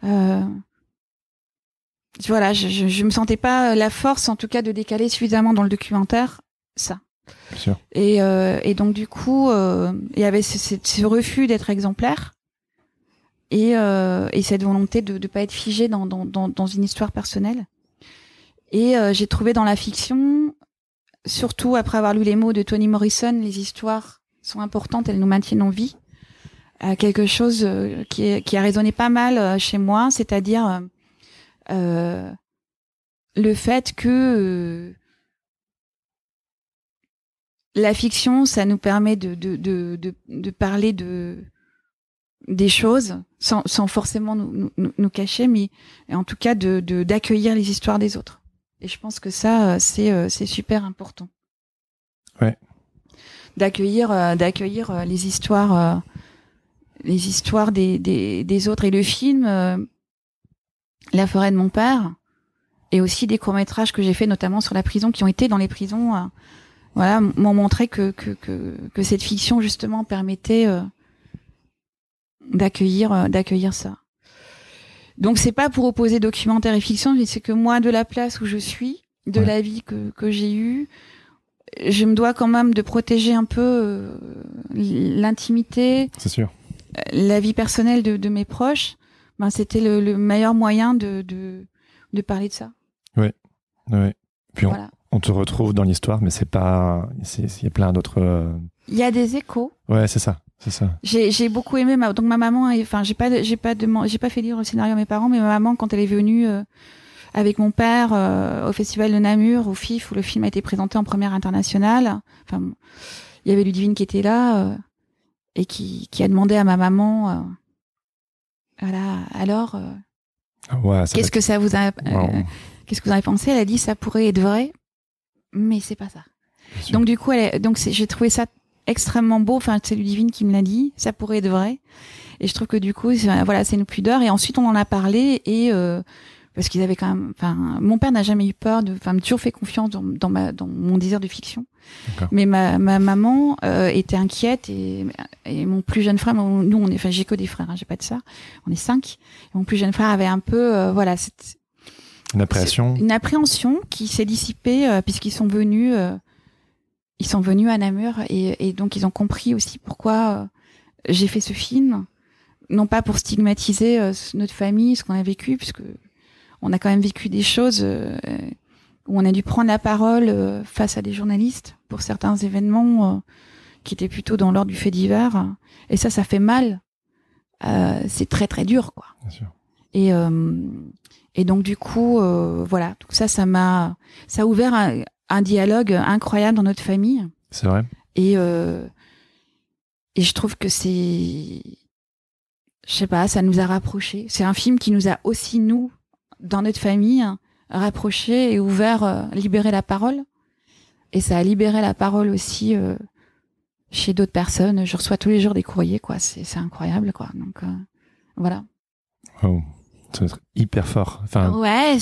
Voilà, je me sentais pas la force, en tout cas, de décaler suffisamment dans le documentaire ça. Bien sûr. Et donc du coup, il y avait ce refus d'être exemplaire. et cette volonté de pas être figé dans une histoire personnelle. Et j'ai trouvé dans la fiction, surtout après avoir lu les mots de Toni Morrison, les histoires sont importantes, elles nous maintiennent en vie. Quelque chose qui a résonné pas mal chez moi, c'est-à-dire le fait que la fiction, ça nous permet de parler des choses sans forcément nous cacher, mais en tout cas d'accueillir les histoires des autres. Et je pense que ça, c'est super important. Ouais. D'accueillir les histoires des autres. Et le film La forêt de mon père, et aussi des courts-métrages que j'ai fait notamment sur la prison, qui ont été dans les prisons, m'ont montré que cette fiction justement permettait d'accueillir ça. Donc c'est pas pour opposer documentaire et fiction, mais c'est que moi, de la place où je suis, de la vie que j'ai eue, je me dois quand même de protéger un peu l'intimité. C'est sûr. La vie personnelle de mes proches. C'était le meilleur moyen de parler de ça. Ouais. Puis voilà. On te retrouve dans l'histoire, mais c'est pas, il y a plein d'autres. Il y a des échos. Ouais, c'est ça. J'ai beaucoup aimé ma maman. Enfin, j'ai pas fait lire le scénario à mes parents, mais ma maman, quand elle est venue avec mon père au festival de Namur, au FIF, où le film a été présenté en première internationale. Enfin, il y avait Ludivine qui était là et qui a demandé à ma maman, alors, qu'est-ce que ça vous a, qu'est-ce que vous en avez pensé? Elle a dit, ça pourrait être vrai, mais c'est pas ça. Donc du coup, j'ai trouvé ça extrêmement beau. Enfin, c'est Ludivine qui me l'a dit, ça pourrait être vrai. Et je trouve que du coup, c'est une pudeur. Et ensuite, on en a parlé et parce qu'ils avaient quand même. Enfin, mon père n'a jamais eu peur m'a toujours fait confiance dans mon désir de fiction. D'accord. Mais ma maman était inquiète et mon plus jeune frère, j'ai que des frères, j'ai pas de sœurs. On est 5. Et mon plus jeune frère avait un peu, une appréhension qui s'est dissipée puisqu'ils sont venus. Ils sont venus à Namur et donc ils ont compris aussi pourquoi j'ai fait ce film, non pas pour stigmatiser notre famille, ce qu'on a vécu, puisque on a quand même vécu des choses où on a dû prendre la parole face à des journalistes pour certains événements qui étaient plutôt dans l'ordre du fait divers, et ça fait mal. C'est très très dur, quoi. Bien sûr. Et donc du coup, voilà, tout ça a ouvert un dialogue incroyable dans notre famille. C'est vrai. Et je trouve que je sais pas, ça nous a rapprochés. C'est un film qui nous a aussi, nous, dans notre famille, rapprochés et ouvert, libéré la parole. Et ça a libéré la parole aussi chez d'autres personnes. Je reçois tous les jours des courriers, quoi. C'est incroyable, quoi. Donc, voilà. Oh, ça va être hyper fort. Enfin, ouais,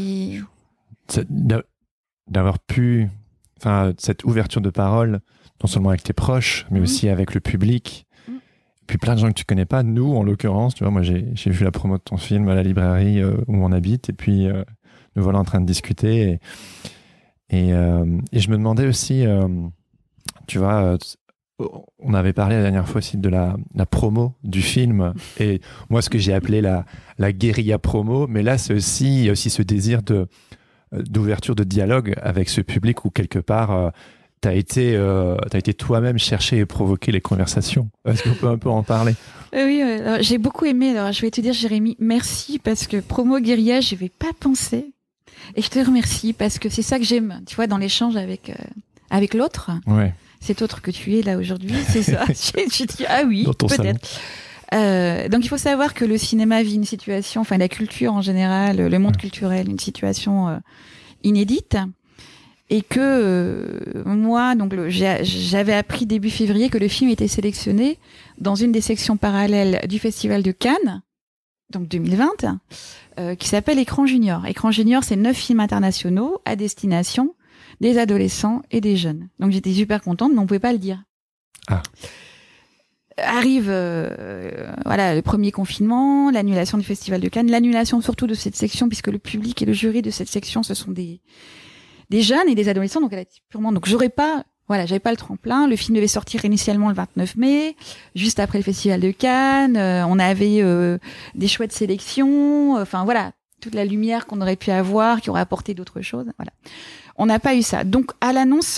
d'avoir pu, cette ouverture de parole, non seulement avec tes proches, mais aussi avec le public, puis plein de gens que tu connais pas. Nous, en l'occurrence, tu vois, moi j'ai vu la promo de ton film à la librairie où on habite, et puis nous voilà en train de discuter, et je me demandais aussi, tu vois, on avait parlé la dernière fois aussi de la promo du film, et moi ce que j'ai appelé la guérilla promo, mais là il y a aussi ce désir d'ouverture de dialogue avec ce public où quelque part t'as été toi-même chercher et provoquer les conversations. Est-ce qu'on peut un peu en parler? Oui, alors, j'ai beaucoup aimé. Alors je vais te dire, Jérémy, merci, parce que promo guérilla, je vais pas penser, et je te remercie parce que c'est ça que j'aime, tu vois, dans l'échange avec l'autre. Ouais. Cet autre que tu es là aujourd'hui, c'est ça. J'ai dit ah oui, peut-être. Donc il faut savoir que le cinéma vit une situation, enfin la culture en général, le monde culturel, une situation inédite, et que moi, donc j'avais appris début février que le film était sélectionné dans une des sections parallèles du Festival de Cannes, donc 2020, qui s'appelle Écran Junior. Écran Junior, c'est 9 films internationaux à destination des adolescents et des jeunes. Donc j'étais super contente, mais on pouvait pas le dire. Ah. Arrive le premier confinement, l'annulation du Festival de Cannes, l'annulation surtout de cette section, puisque le public et le jury de cette section, ce sont des jeunes et des adolescents, donc elle a purement. Donc j'aurais pas Voilà, j'avais pas le tremplin. Le film devait sortir initialement le 29 mai, juste après le Festival de Cannes. On avait des chouettes sélections. Enfin voilà, toute la lumière qu'on aurait pu avoir, qui aurait apporté d'autres choses. Voilà, on n'a pas eu ça. Donc à l'annonce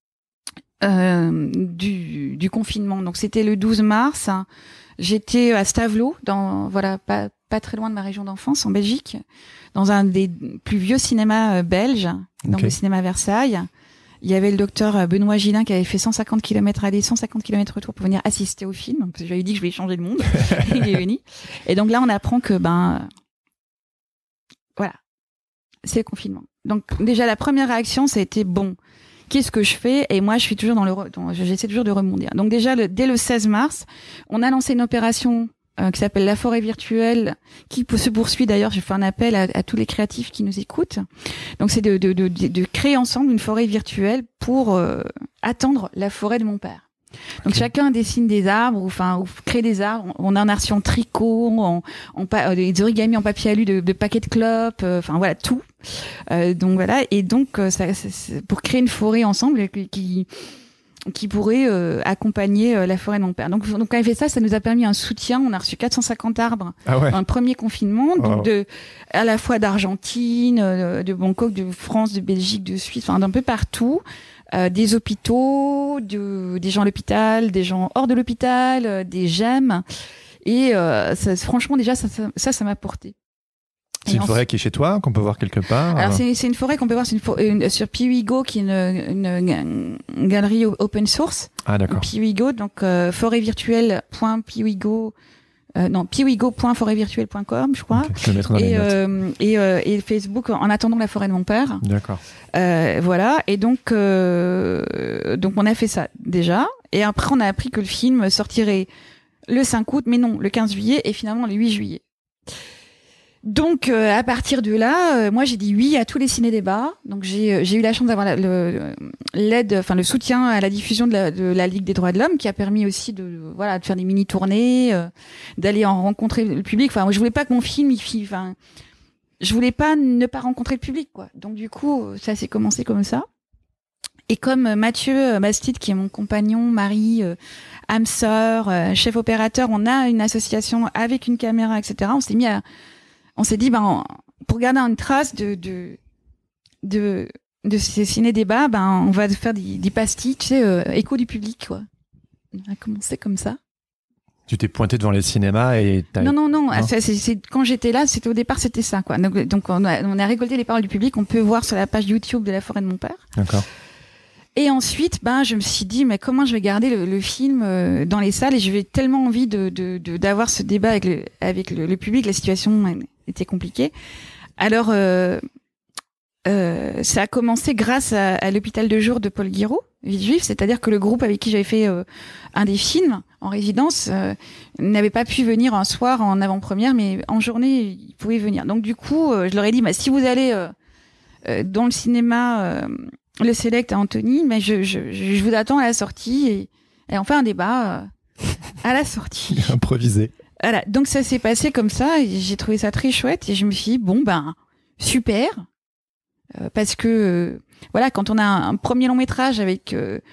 du confinement, donc c'était le 12 mars. Hein, j'étais à Stavelot, pas très loin de ma région d'enfance, en Belgique, dans un des plus vieux cinémas belges, donc le cinéma Versailles. Il y avait le docteur Benoît Gillin qui avait fait 150 km aller, 150 km retour pour venir assister au film. Parce que je lui avais dit que je voulais changer le monde. Il est venu. Et donc là, on apprend que, voilà, c'est le confinement. Donc déjà, la première réaction, ça a été bon. Qu'est-ce que je fais? Et moi, je suis toujours j'essaie toujours de rebondir. Donc déjà, dès le 16 mars, on a lancé une opération qui s'appelle La Forêt Virtuelle, qui se poursuit d'ailleurs. Je fais un appel à tous les créatifs qui nous écoutent. Donc c'est de créer ensemble une forêt virtuelle pour attendre la forêt de mon père. Donc chacun dessine des arbres, ou crée des arbres. On en a reçu en tricot, des origamis en papier alu de paquets de clopes, voilà tout. Donc voilà, et donc c'est pour créer une forêt ensemble qui pourrait accompagner la forêt de mon père. Donc quand il fait ça, ça nous a permis un soutien. On a reçu 450 arbres dans le premier confinement, donc à la fois d'Argentine, de Bangkok, de France, de Belgique, de Suisse, d'un peu partout, des hôpitaux, des gens à l'hôpital, des gens hors de l'hôpital, des GEM. Et franchement, déjà, ça m'a porté. C'est une forêt qui est chez toi, qu'on peut voir quelque part? Alors c'est une forêt qu'on peut voir sur Piwigo, qui est une galerie open source. Ah d'accord. Piwigo, donc forêtvirtuelle.piwigo, piwigo.forêtvirtuelle.com, je crois. Okay, je vais mettre dans les notes. Et Facebook, En attendant la forêt de mon père. D'accord. Voilà. Et donc on a fait ça déjà. Et après on a appris que le film sortirait le 5 août, mais non, le 15 juillet et finalement le 8 juillet. Donc à partir de là, moi j'ai dit oui à tous les ciné-débats. Donc j'ai eu la chance d'avoir le soutien à la diffusion de la Ligue des droits de l'homme, qui a permis aussi de faire des mini tournées, d'aller en rencontrer le public. Moi je voulais pas que mon film je voulais pas ne pas rencontrer le public, quoi. Donc du coup ça s'est commencé comme ça. Et comme Mathieu Bastide, qui est mon compagnon, mari, âme sœur, chef opérateur, on a une association avec une caméra, etc. On s'est dit, pour garder une trace de ces ciné-débats, on va faire des pastilles, tu sais, écho du public, quoi. On a commencé comme ça. Tu t'es pointé devant les cinémas et Non. C'est quand j'étais là, au départ, c'était ça, quoi. Donc on a récolté les paroles du public. On peut voir sur la page YouTube de La Forêt de mon père. D'accord. Et ensuite, je me suis dit, mais comment je vais garder le film dans les salles? Et j'avais tellement envie d'avoir ce débat avec le public. La situation était compliquée. Alors, ça a commencé grâce à l'hôpital de jour de Paul Guiraud, Villejuif, c'est-à-dire que le groupe avec qui j'avais fait un des films en résidence n'avait pas pu venir un soir en avant-première, mais en journée, ils pouvaient venir. Donc du coup, je leur ai dit, si vous allez dans le cinéma... le Select à Antony, mais je vous attends à la sortie et on fait un débat à la sortie. Improvisé. Voilà, donc ça s'est passé comme ça et j'ai trouvé ça très chouette et je me suis dit super, parce que quand on a un premier long métrage avec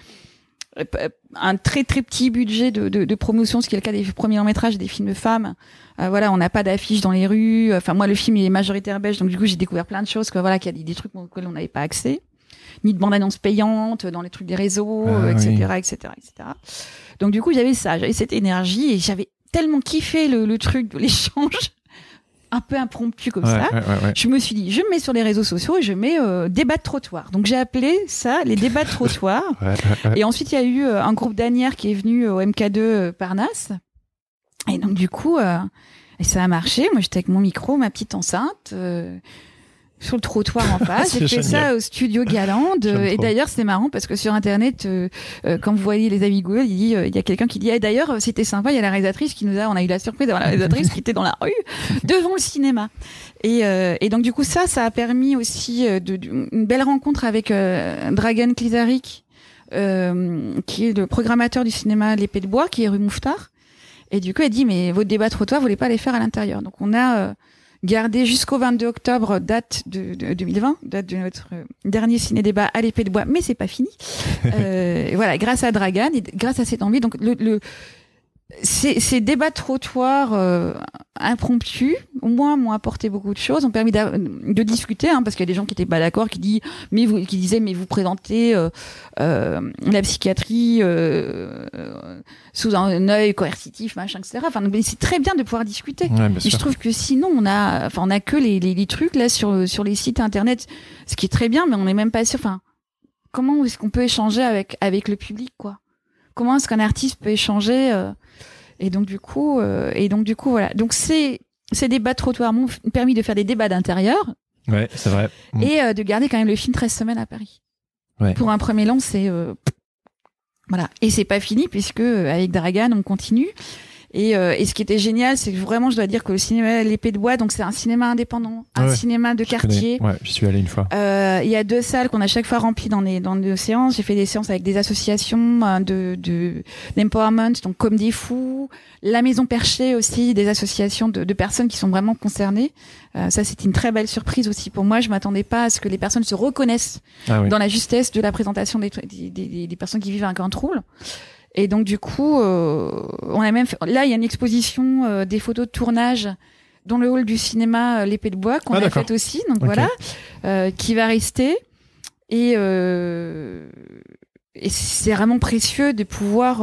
un très très petit budget de promotion, ce qui est le cas des premiers longs métrages des films de femmes, on n'a pas d'affiches dans les rues. Moi le film il est majoritaire belge, donc du coup j'ai découvert plein de choses, qu'il y a des trucs auxquels on n'avait pas accès. Ni de bande-annonce payante dans les trucs des réseaux, etc. Donc du coup, j'avais cette énergie et j'avais tellement kiffé le truc de l'échange un peu impromptu comme ça. Ouais. Je me suis dit, je me mets sur les réseaux sociaux et je mets débat de trottoir. Donc j'ai appelé ça les débats de trottoir. Et ensuite, il y a eu un groupe d'Anières qui est venu au MK2 Parnasse. Et donc du coup, et ça a marché. Moi, j'étais avec mon micro, ma petite enceinte... sur le trottoir en face. J'ai fait ça au studio Galande. Et d'ailleurs, c'est marrant parce que sur Internet, quand vous voyez les avis Google, il y a quelqu'un qui dit, d'ailleurs, c'était sympa, il y a la réalisatrice on a eu la surprise d'avoir la réalisatrice qui était dans la rue, devant le cinéma. Et donc, du coup, ça a permis aussi une belle rencontre avec Dragan Klizarik, qui est le programmateur du cinéma L'Épée de Bois, qui est rue Mouffetard. Et du coup, elle dit, mais votre débat trottoir, vous voulez pas les faire à l'intérieur? Donc, on a gardé jusqu'au 22 octobre, date de 2020, date de notre dernier ciné-débat à l'épée de bois, mais c'est pas fini. Voilà, grâce à Dragan et grâce à cette envie. Donc, ces débats de trottoir impromptus, au moins, m'ont apporté beaucoup de choses, ont permis de discuter, parce qu'il y a des gens qui étaient pas d'accord, qui disaient mais vous présentez la psychiatrie sous un œil coercitif, machin, etc. Enfin, donc, c'est très bien de pouvoir discuter. Ouais, mais je trouve que sinon, on a que les trucs là sur les sites internet, ce qui est très bien, mais on n'est même pas sûr. Enfin, comment est-ce qu'on peut échanger avec le public, quoi? Comment est-ce qu'un artiste peut échanger et donc du coup, voilà. Donc ces débats de trottoir m'ont permis de faire des débats d'intérieur. Ouais, c'est vrai. Et de garder quand même le film 13 semaines à Paris. Ouais. Pour un premier long, c'est voilà. Et c'est pas fini puisque avec Dragan, on continue. Et ce qui était génial, c'est que vraiment, je dois dire que le cinéma l'épée de bois, donc c'est un cinéma indépendant, un cinéma de quartier. Ouais, j'y suis allé une fois. Il y a 2 salles qu'on a chaque fois remplies dans nos séances. J'ai fait des séances avec des associations d'empowerment, donc comme des fous, la Maison Perchée aussi, des associations de personnes qui sont vraiment concernées. Ça, c'était une très belle surprise aussi pour moi. Je m'attendais pas à ce que les personnes se reconnaissent dans la justesse de la présentation des personnes qui vivent un grand trouble. Et donc du coup, on a même fait... Là, il y a une exposition des photos de tournage dans le hall du cinéma l'épée de bois qu'on a faite aussi. Donc voilà, qui va rester. Et c'est vraiment précieux de pouvoir,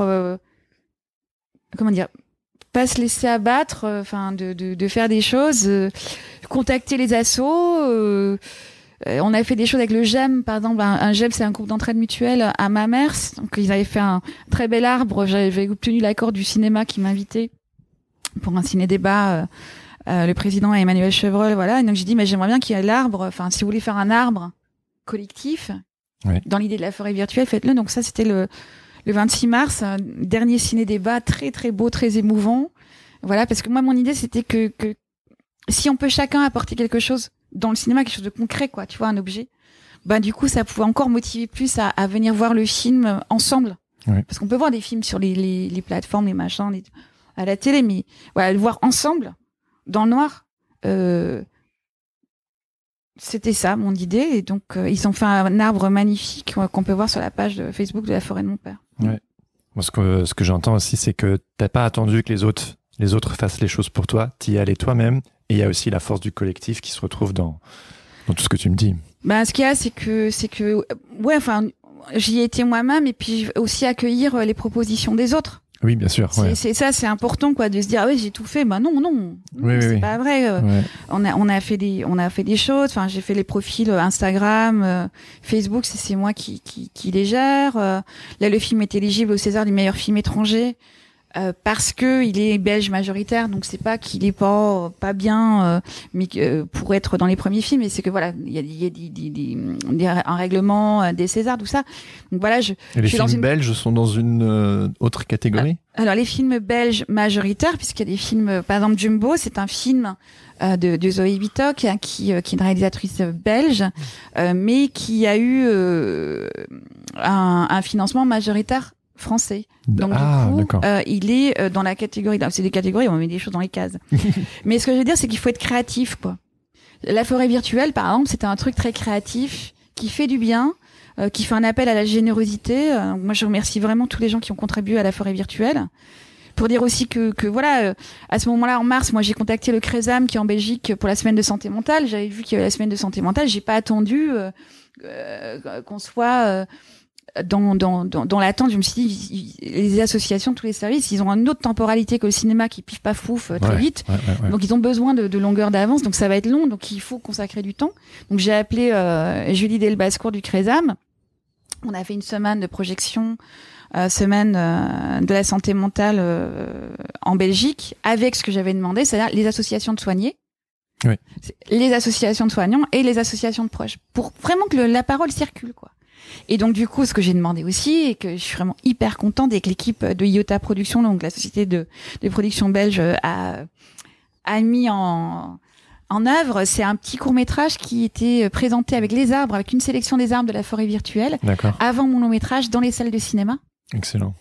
pas se laisser abattre, de faire des choses, contacter les assos. On a fait des choses avec le GEM, par exemple. Un GEM, c'est un groupe d'entraide mutuelle à Mamers. Donc, ils avaient fait un très bel arbre. J'avais obtenu l'accord du cinéma qui m'invitait pour un ciné-débat. Le président Emmanuel Chevreul, voilà. Et donc, j'ai dit, mais j'aimerais bien qu'il y ait l'arbre. Enfin, si vous voulez faire un arbre collectif, dans l'idée de la forêt virtuelle, faites-le. Donc, ça, c'était le 26 mars, un dernier ciné-débat très, très beau, très émouvant. Voilà. Parce que moi, mon idée, c'était que si on peut chacun apporter quelque chose dans le cinéma, quelque chose de concret, quoi, tu vois, un objet, du coup, ça pouvait encore motiver plus à venir voir le film ensemble. Parce qu'on peut voir des films sur les plateformes, les machins, à la télé, mais voilà, le voir ensemble, dans le noir, c'était ça, mon idée. Et donc, ils ont fait un arbre magnifique qu'on peut voir sur la page de Facebook de la forêt de mon père. Ouais. Moi, ce que j'entends aussi, c'est que t'as pas attendu que les autres fassent les choses pour toi, t'y es allé toi-même. Et il y a aussi la force du collectif qui se retrouve dans tout ce que tu me dis. Ce qu'il y a, c'est que, j'y ai été moi-même et puis aussi accueillir les propositions des autres. Oui, bien sûr. C'est ça, c'est important, quoi, de se dire, j'ai tout fait. Non, c'est pas vrai. On a fait des choses. Enfin, j'ai fait les profils Instagram, Facebook, c'est moi qui les gère. Là, le film est éligible au César du meilleur film étranger. Parce que il est belge majoritaire, donc c'est pas qu'il est pas bien, mais pour être dans les premiers films, et c'est que voilà, il y a un règlement des Césars, tout ça. Donc voilà, et les films belges sont dans une autre catégorie. Alors les films belges majoritaires, puisqu'il y a des films, par exemple Jumbo, c'est un film de Zoé Witok, qui est une réalisatrice belge, mais qui a eu un financement majoritaire français. Donc du coup, il est dans la catégorie. C'est des catégories, on met des choses dans les cases. Mais ce que je veux dire, c'est qu'il faut être créatif, quoi. La forêt virtuelle, par exemple, c'était un truc très créatif qui fait du bien, qui fait un appel à la générosité. Moi, je remercie vraiment tous les gens qui ont contribué à la forêt virtuelle. Pour dire aussi que voilà, à ce moment-là, en mars, moi, j'ai contacté le CRESAM qui est en Belgique pour la semaine de santé mentale. J'avais vu qu'il y avait la semaine de santé mentale. J'ai pas attendu qu'on soit dans l'attente. Je me suis dit, les associations, tous les services, ils ont une autre temporalité que le cinéma qui piffe pas fouf très vite. Donc ils ont besoin de longueur d'avance. Donc ça va être long. Donc il faut consacrer du temps. Donc j'ai appelé Julie Delbascourt du CRESAM. On a fait une semaine de projection, semaine de la santé mentale en Belgique, avec ce que j'avais demandé, c'est-à-dire les associations de soignés. Les associations de soignants et les associations de proches, pour vraiment que la parole circule, quoi. Et donc du coup, ce que j'ai demandé aussi, et que je suis vraiment hyper contente avec l'équipe de Iota Productions, donc la société de production belge, a mis en œuvre, c'est un petit court-métrage qui était présenté avec les arbres, avec une sélection des arbres de la forêt virtuelle, avant mon long-métrage dans les salles de cinéma. Excellent.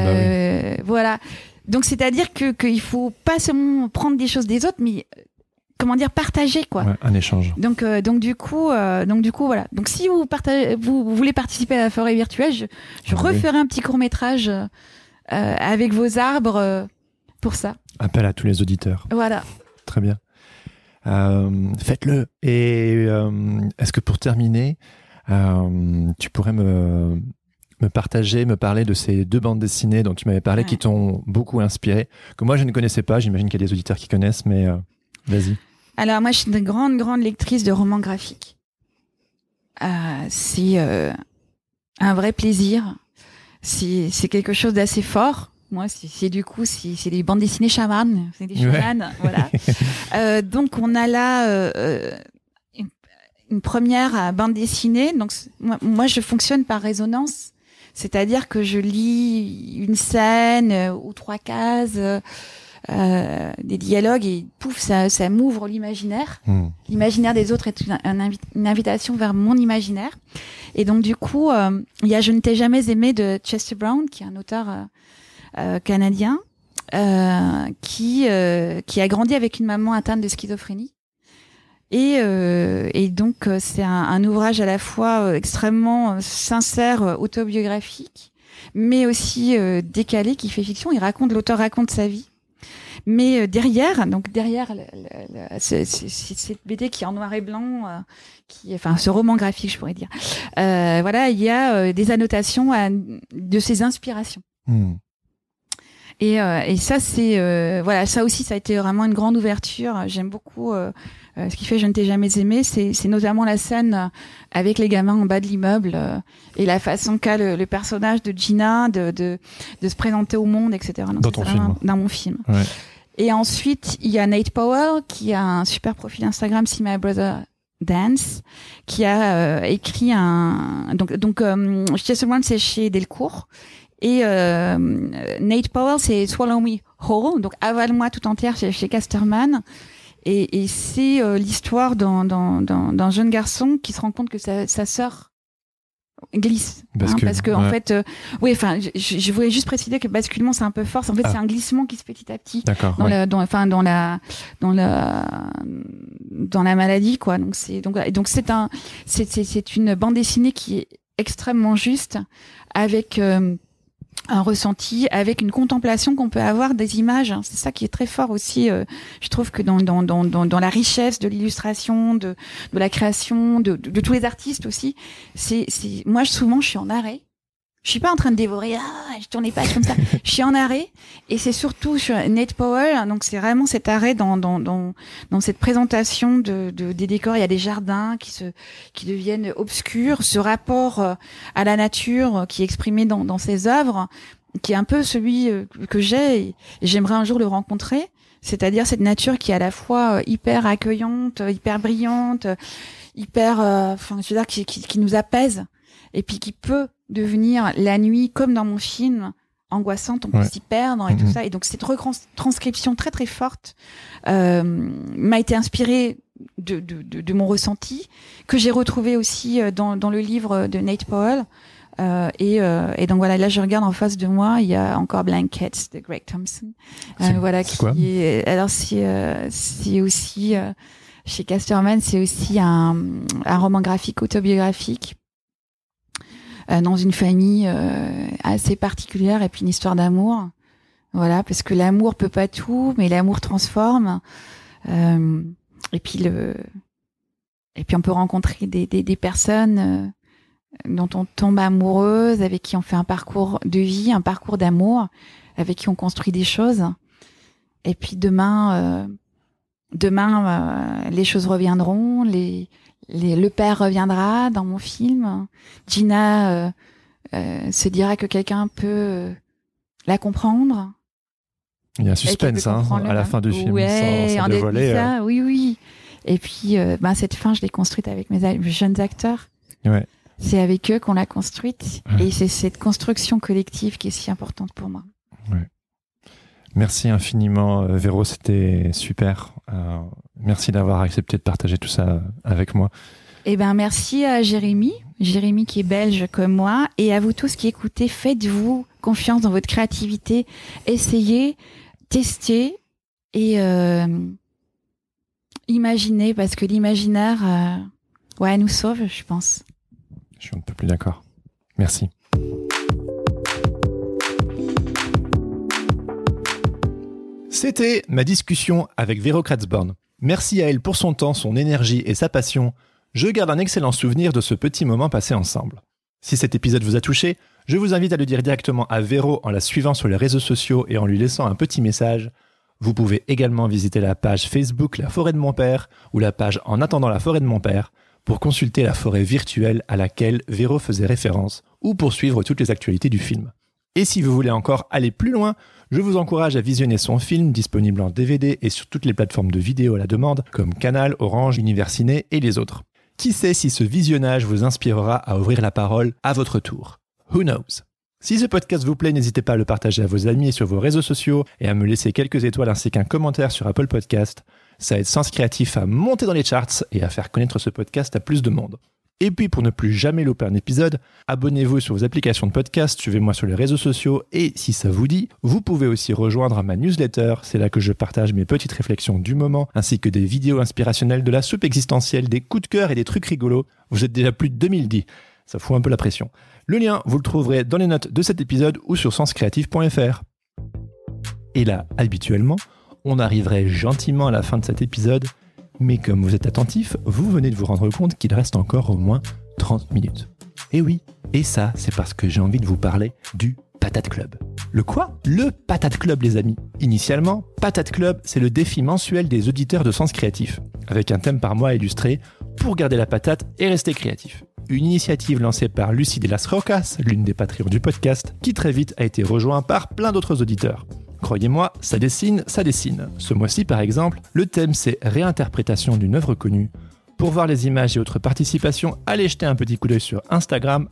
Voilà. Donc c'est-à-dire qu'il faut pas seulement prendre des choses des autres, mais partager quoi. Ouais, un échange. Donc du coup voilà. Donc si vous voulez participer à la forêt virtuelle, je referai un petit court-métrage avec vos arbres pour ça. Appel à tous les auditeurs. Voilà. Très bien. Faites-le. Et est-ce que pour terminer, tu pourrais me parler de ces 2 bandes dessinées dont tu m'avais parlé, qui t'ont beaucoup inspiré, que moi je ne connaissais pas, j'imagine qu'il y a des auditeurs qui connaissent, mais vas-y. Alors moi je suis une grande lectrice de romans graphiques. C'est un vrai plaisir, c'est quelque chose d'assez fort. Moi c'est des bandes dessinées chamanes, c'est des chamanes, voilà. Donc on a là une première bande dessinée. Donc moi je fonctionne par résonance. C'est-à-dire que je lis une scène ou 3 cases, des dialogues et pouf, ça m'ouvre l'imaginaire. L'imaginaire des autres est une invitation vers mon imaginaire. Et donc du coup, il y a Je ne t'ai jamais aimé de Chester Brown, qui est un auteur canadien, qui a grandi avec une maman atteinte de schizophrénie. Et donc c'est un ouvrage à la fois extrêmement sincère, autobiographique, mais aussi décalé, qui fait fiction. L'auteur raconte sa vie, mais derrière cette BD qui est en noir et blanc, ce roman graphique, je pourrais dire. Il y a des annotations de ses inspirations. Et ça c'est ça aussi, ça a été vraiment une grande ouverture. J'aime beaucoup ce qui fait Je ne t'ai jamais aimé, c'est notamment la scène avec les gamins en bas de l'immeuble et la façon qu'a le personnage de Gina de se présenter au monde, etc. Donc, dans ton film. Dans mon film. Ouais. Et ensuite il y a Nate Powell qui a un super profil Instagram, See My Brother Dance, qui a écrit Chester Brown, c'est chez Delcourt. Et Nate Powell, c'est Swallow Me Whole, donc avale-moi tout entière chez Casterman. Et c'est l'histoire d'un jeune garçon qui se rend compte que sa sœur glisse. Parce que en fait, je voulais juste préciser que basculement c'est un peu fort. En fait, c'est un glissement qui se fait petit à petit dans la maladie, quoi. Donc c'est une bande dessinée qui est extrêmement juste, avec un ressenti, avec une contemplation qu'on peut avoir des images. C'est ça qui est très fort aussi. Je trouve que dans la richesse de l'illustration, de la création, de tous les artistes aussi. Moi souvent je suis en arrêt. Je suis pas en train de dévorer. Je tourne les pages comme ça. Je suis en arrêt, et c'est surtout sur Nate Powell. Donc c'est vraiment cet arrêt dans cette présentation des décors. Il y a des jardins qui deviennent obscurs. Ce rapport à la nature qui est exprimé dans ses œuvres, qui est un peu celui que j'ai, et j'aimerais un jour le rencontrer. C'est-à-dire cette nature qui est à la fois hyper accueillante, hyper brillante, hyper, qui nous apaise, et puis qui peut devenir la nuit, comme dans mon film, angoissante, on peut s'y perdre et tout ça. Et donc cette retranscription très très forte m'a été inspirée de mon ressenti, que j'ai retrouvé aussi dans le livre de Nate Powell. Et donc voilà, là je regarde en face de moi, il y a encore Blankets de Greg Thompson. C'est aussi chez Casterman, c'est aussi un roman graphique autobiographique. Dans une famille assez particulière, et puis une histoire d'amour. Voilà, parce que l'amour peut pas tout, mais l'amour transforme. Et puis on peut rencontrer des personnes dont on tombe amoureuse, avec qui on fait un parcours de vie, un parcours d'amour, avec qui on construit des choses. Et puis demain, les choses reviendront, le père reviendra dans mon film. Gina se dira que quelqu'un peut la comprendre. Il y a un suspense à la fin du film, sans dévoiler. Ça, oui. Et puis, cette fin, je l'ai construite avec mes jeunes acteurs. Ouais. C'est avec eux qu'on l'a construite. Ouais. Et c'est cette construction collective qui est si importante pour moi. Ouais. Merci infiniment, Véro, c'était super. Merci d'avoir accepté de partager tout ça avec moi. Merci à Jérémy qui est belge comme moi, et à vous tous qui écoutez. Faites-vous confiance dans votre créativité, essayez, testez, et Imaginer, parce que l'imaginaire nous sauve, je pense. Je suis un peu plus d'accord. Merci. C'était ma discussion avec Véro Kratzborn. Merci à elle pour son temps, son énergie et sa passion. Je garde un excellent souvenir de ce petit moment passé ensemble. Si cet épisode vous a touché, je vous invite à le dire directement à Véro en la suivant sur les réseaux sociaux et en lui laissant un petit message. Vous pouvez également visiter la page Facebook La Forêt de mon Père ou la page En attendant la Forêt de mon Père pour consulter la forêt virtuelle à laquelle Véro faisait référence ou pour suivre toutes les actualités du film. Et si vous voulez encore aller plus loin, je vous encourage à visionner son film disponible en DVD et sur toutes les plateformes de vidéo à la demande comme Canal, Orange, Univers Ciné et les autres. Qui sait si ce visionnage vous inspirera à ouvrir la parole à votre tour. Who knows? Si ce podcast vous plaît, n'hésitez pas à le partager à vos amis et sur vos réseaux sociaux et à me laisser quelques étoiles ainsi qu'un commentaire sur Apple Podcast. Ça aide Sens Créatif à monter dans les charts et à faire connaître ce podcast à plus de monde. Et puis pour ne plus jamais louper un épisode, abonnez-vous sur vos applications de podcast, suivez-moi sur les réseaux sociaux et si ça vous dit, vous pouvez aussi rejoindre ma newsletter. C'est là que je partage mes petites réflexions du moment ainsi que des vidéos inspirationnelles de la soupe existentielle, des coups de cœur et des trucs rigolos. Vous êtes déjà plus de 2010, ça fout un peu la pression. Le lien, vous le trouverez dans les notes de cet épisode ou sur senscreatif.fr. Et là, habituellement, on arriverait gentiment à la fin de cet épisode. Mais comme vous êtes attentif, vous venez de vous rendre compte qu'il reste encore au moins 30 minutes. Et oui, et ça, c'est parce que j'ai envie de vous parler du Patate Club. Le quoi? Le Patate Club, les amis. Initialement, Patate Club, c'est le défi mensuel des auditeurs de Sens Créatif, avec un thème par mois illustré pour garder la patate et rester créatif. Une initiative lancée par Lucie de las Rocas, l'une des Patreons du podcast, qui très vite a été rejoint par plein d'autres auditeurs. Croyez-moi, ça dessine, ça dessine. Ce mois-ci, par exemple, le thème c'est réinterprétation d'une œuvre connue. Pour voir les images et autres participations, allez jeter un petit coup d'œil sur Instagram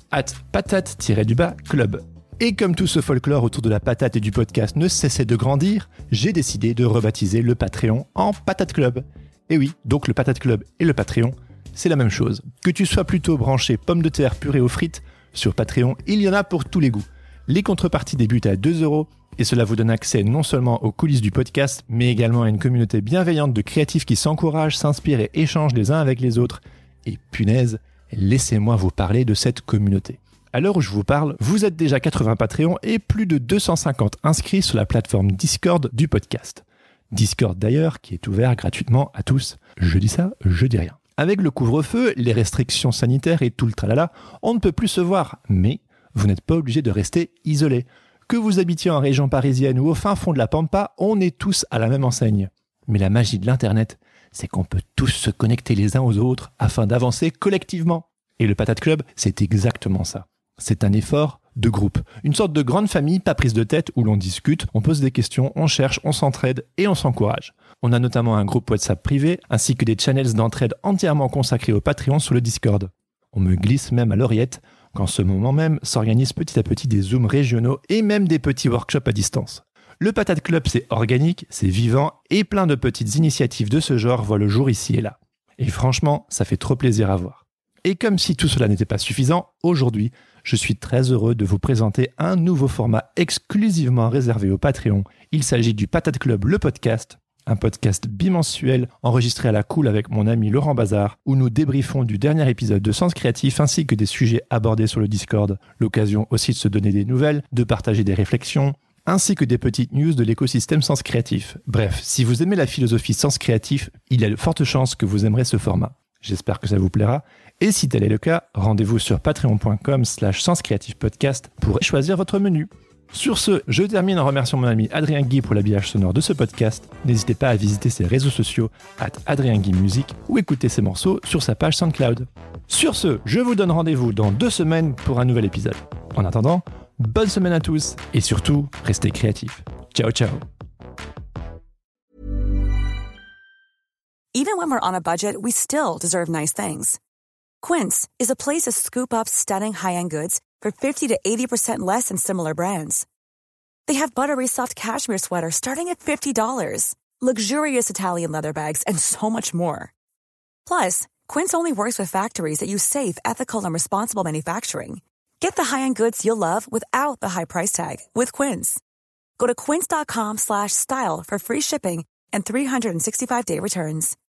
@patate-club. Et comme tout ce folklore autour de la patate et du podcast ne cessait de grandir, j'ai décidé de rebaptiser le Patreon en Patate Club. Et oui, donc le Patate Club et le Patreon, c'est la même chose. Que tu sois plutôt branché pommes de terre purée aux frites, sur Patreon, il y en a pour tous les goûts. Les contreparties débutent à 2€. Et cela vous donne accès non seulement aux coulisses du podcast, mais également à une communauté bienveillante de créatifs qui s'encouragent, s'inspirent et échangent les uns avec les autres. Et punaise, laissez-moi vous parler de cette communauté. À l'heure où je vous parle, vous êtes déjà 80 Patreons et plus de 250 inscrits sur la plateforme Discord du podcast. Discord d'ailleurs, qui est ouvert gratuitement à tous. Je dis ça, je dis rien. Avec le couvre-feu, les restrictions sanitaires et tout le tralala, on ne peut plus se voir. Mais vous n'êtes pas obligé de rester isolé. Que vous habitiez en région parisienne ou au fin fond de la Pampa, on est tous à la même enseigne. Mais la magie de l'Internet, c'est qu'on peut tous se connecter les uns aux autres afin d'avancer collectivement. Et le Patate Club, c'est exactement ça. C'est un effort de groupe. Une sorte de grande famille, pas prise de tête, où l'on discute, on pose des questions, on cherche, on s'entraide et on s'encourage. On a notamment un groupe WhatsApp privé, ainsi que des channels d'entraide entièrement consacrés au Patreon sur le Discord. On me glisse même à l'oreillette qu'en ce moment même s'organisent petit à petit des zooms régionaux et même des petits workshops à distance. Le Patate Club, c'est organique, c'est vivant et plein de petites initiatives de ce genre voient le jour ici et là. Et franchement, ça fait trop plaisir à voir. Et comme si tout cela n'était pas suffisant, aujourd'hui, je suis très heureux de vous présenter un nouveau format exclusivement réservé au Patreon. Il s'agit du Patate Club, le podcast, un podcast bimensuel enregistré à la cool avec mon ami Laurent Bazar, où nous débriefons du dernier épisode de Sens Créatif ainsi que des sujets abordés sur le Discord. L'occasion aussi de se donner des nouvelles, de partager des réflexions, ainsi que des petites news de l'écosystème Sens Créatif. Bref, si vous aimez la philosophie Sens Créatif, il y a de fortes chances que vous aimerez ce format. J'espère que ça vous plaira. Et si tel est le cas, rendez-vous sur patreon.com/senscreatifpodcast pour choisir votre menu. Sur ce, je termine en remerciant mon ami Adrien Guy pour l'habillage sonore de ce podcast. N'hésitez pas à visiter ses réseaux sociaux @AdrienGuy_Music ou écouter ses morceaux sur sa page SoundCloud. Sur ce, je vous donne rendez-vous dans 2 semaines pour un nouvel épisode. En attendant, bonne semaine à tous et surtout, restez créatifs. Ciao, ciao. Even when we're on a budget, we still deserve nice things. Quince is a place to scoop up stunning high-end goods for 50 to 80% less than similar brands. They have buttery soft cashmere sweaters starting at $50, luxurious Italian leather bags, and so much more. Plus, Quince only works with factories that use safe, ethical, and responsible manufacturing. Get the high-end goods you'll love without the high price tag with Quince. Go to quince.com/style for free shipping and 365-day returns.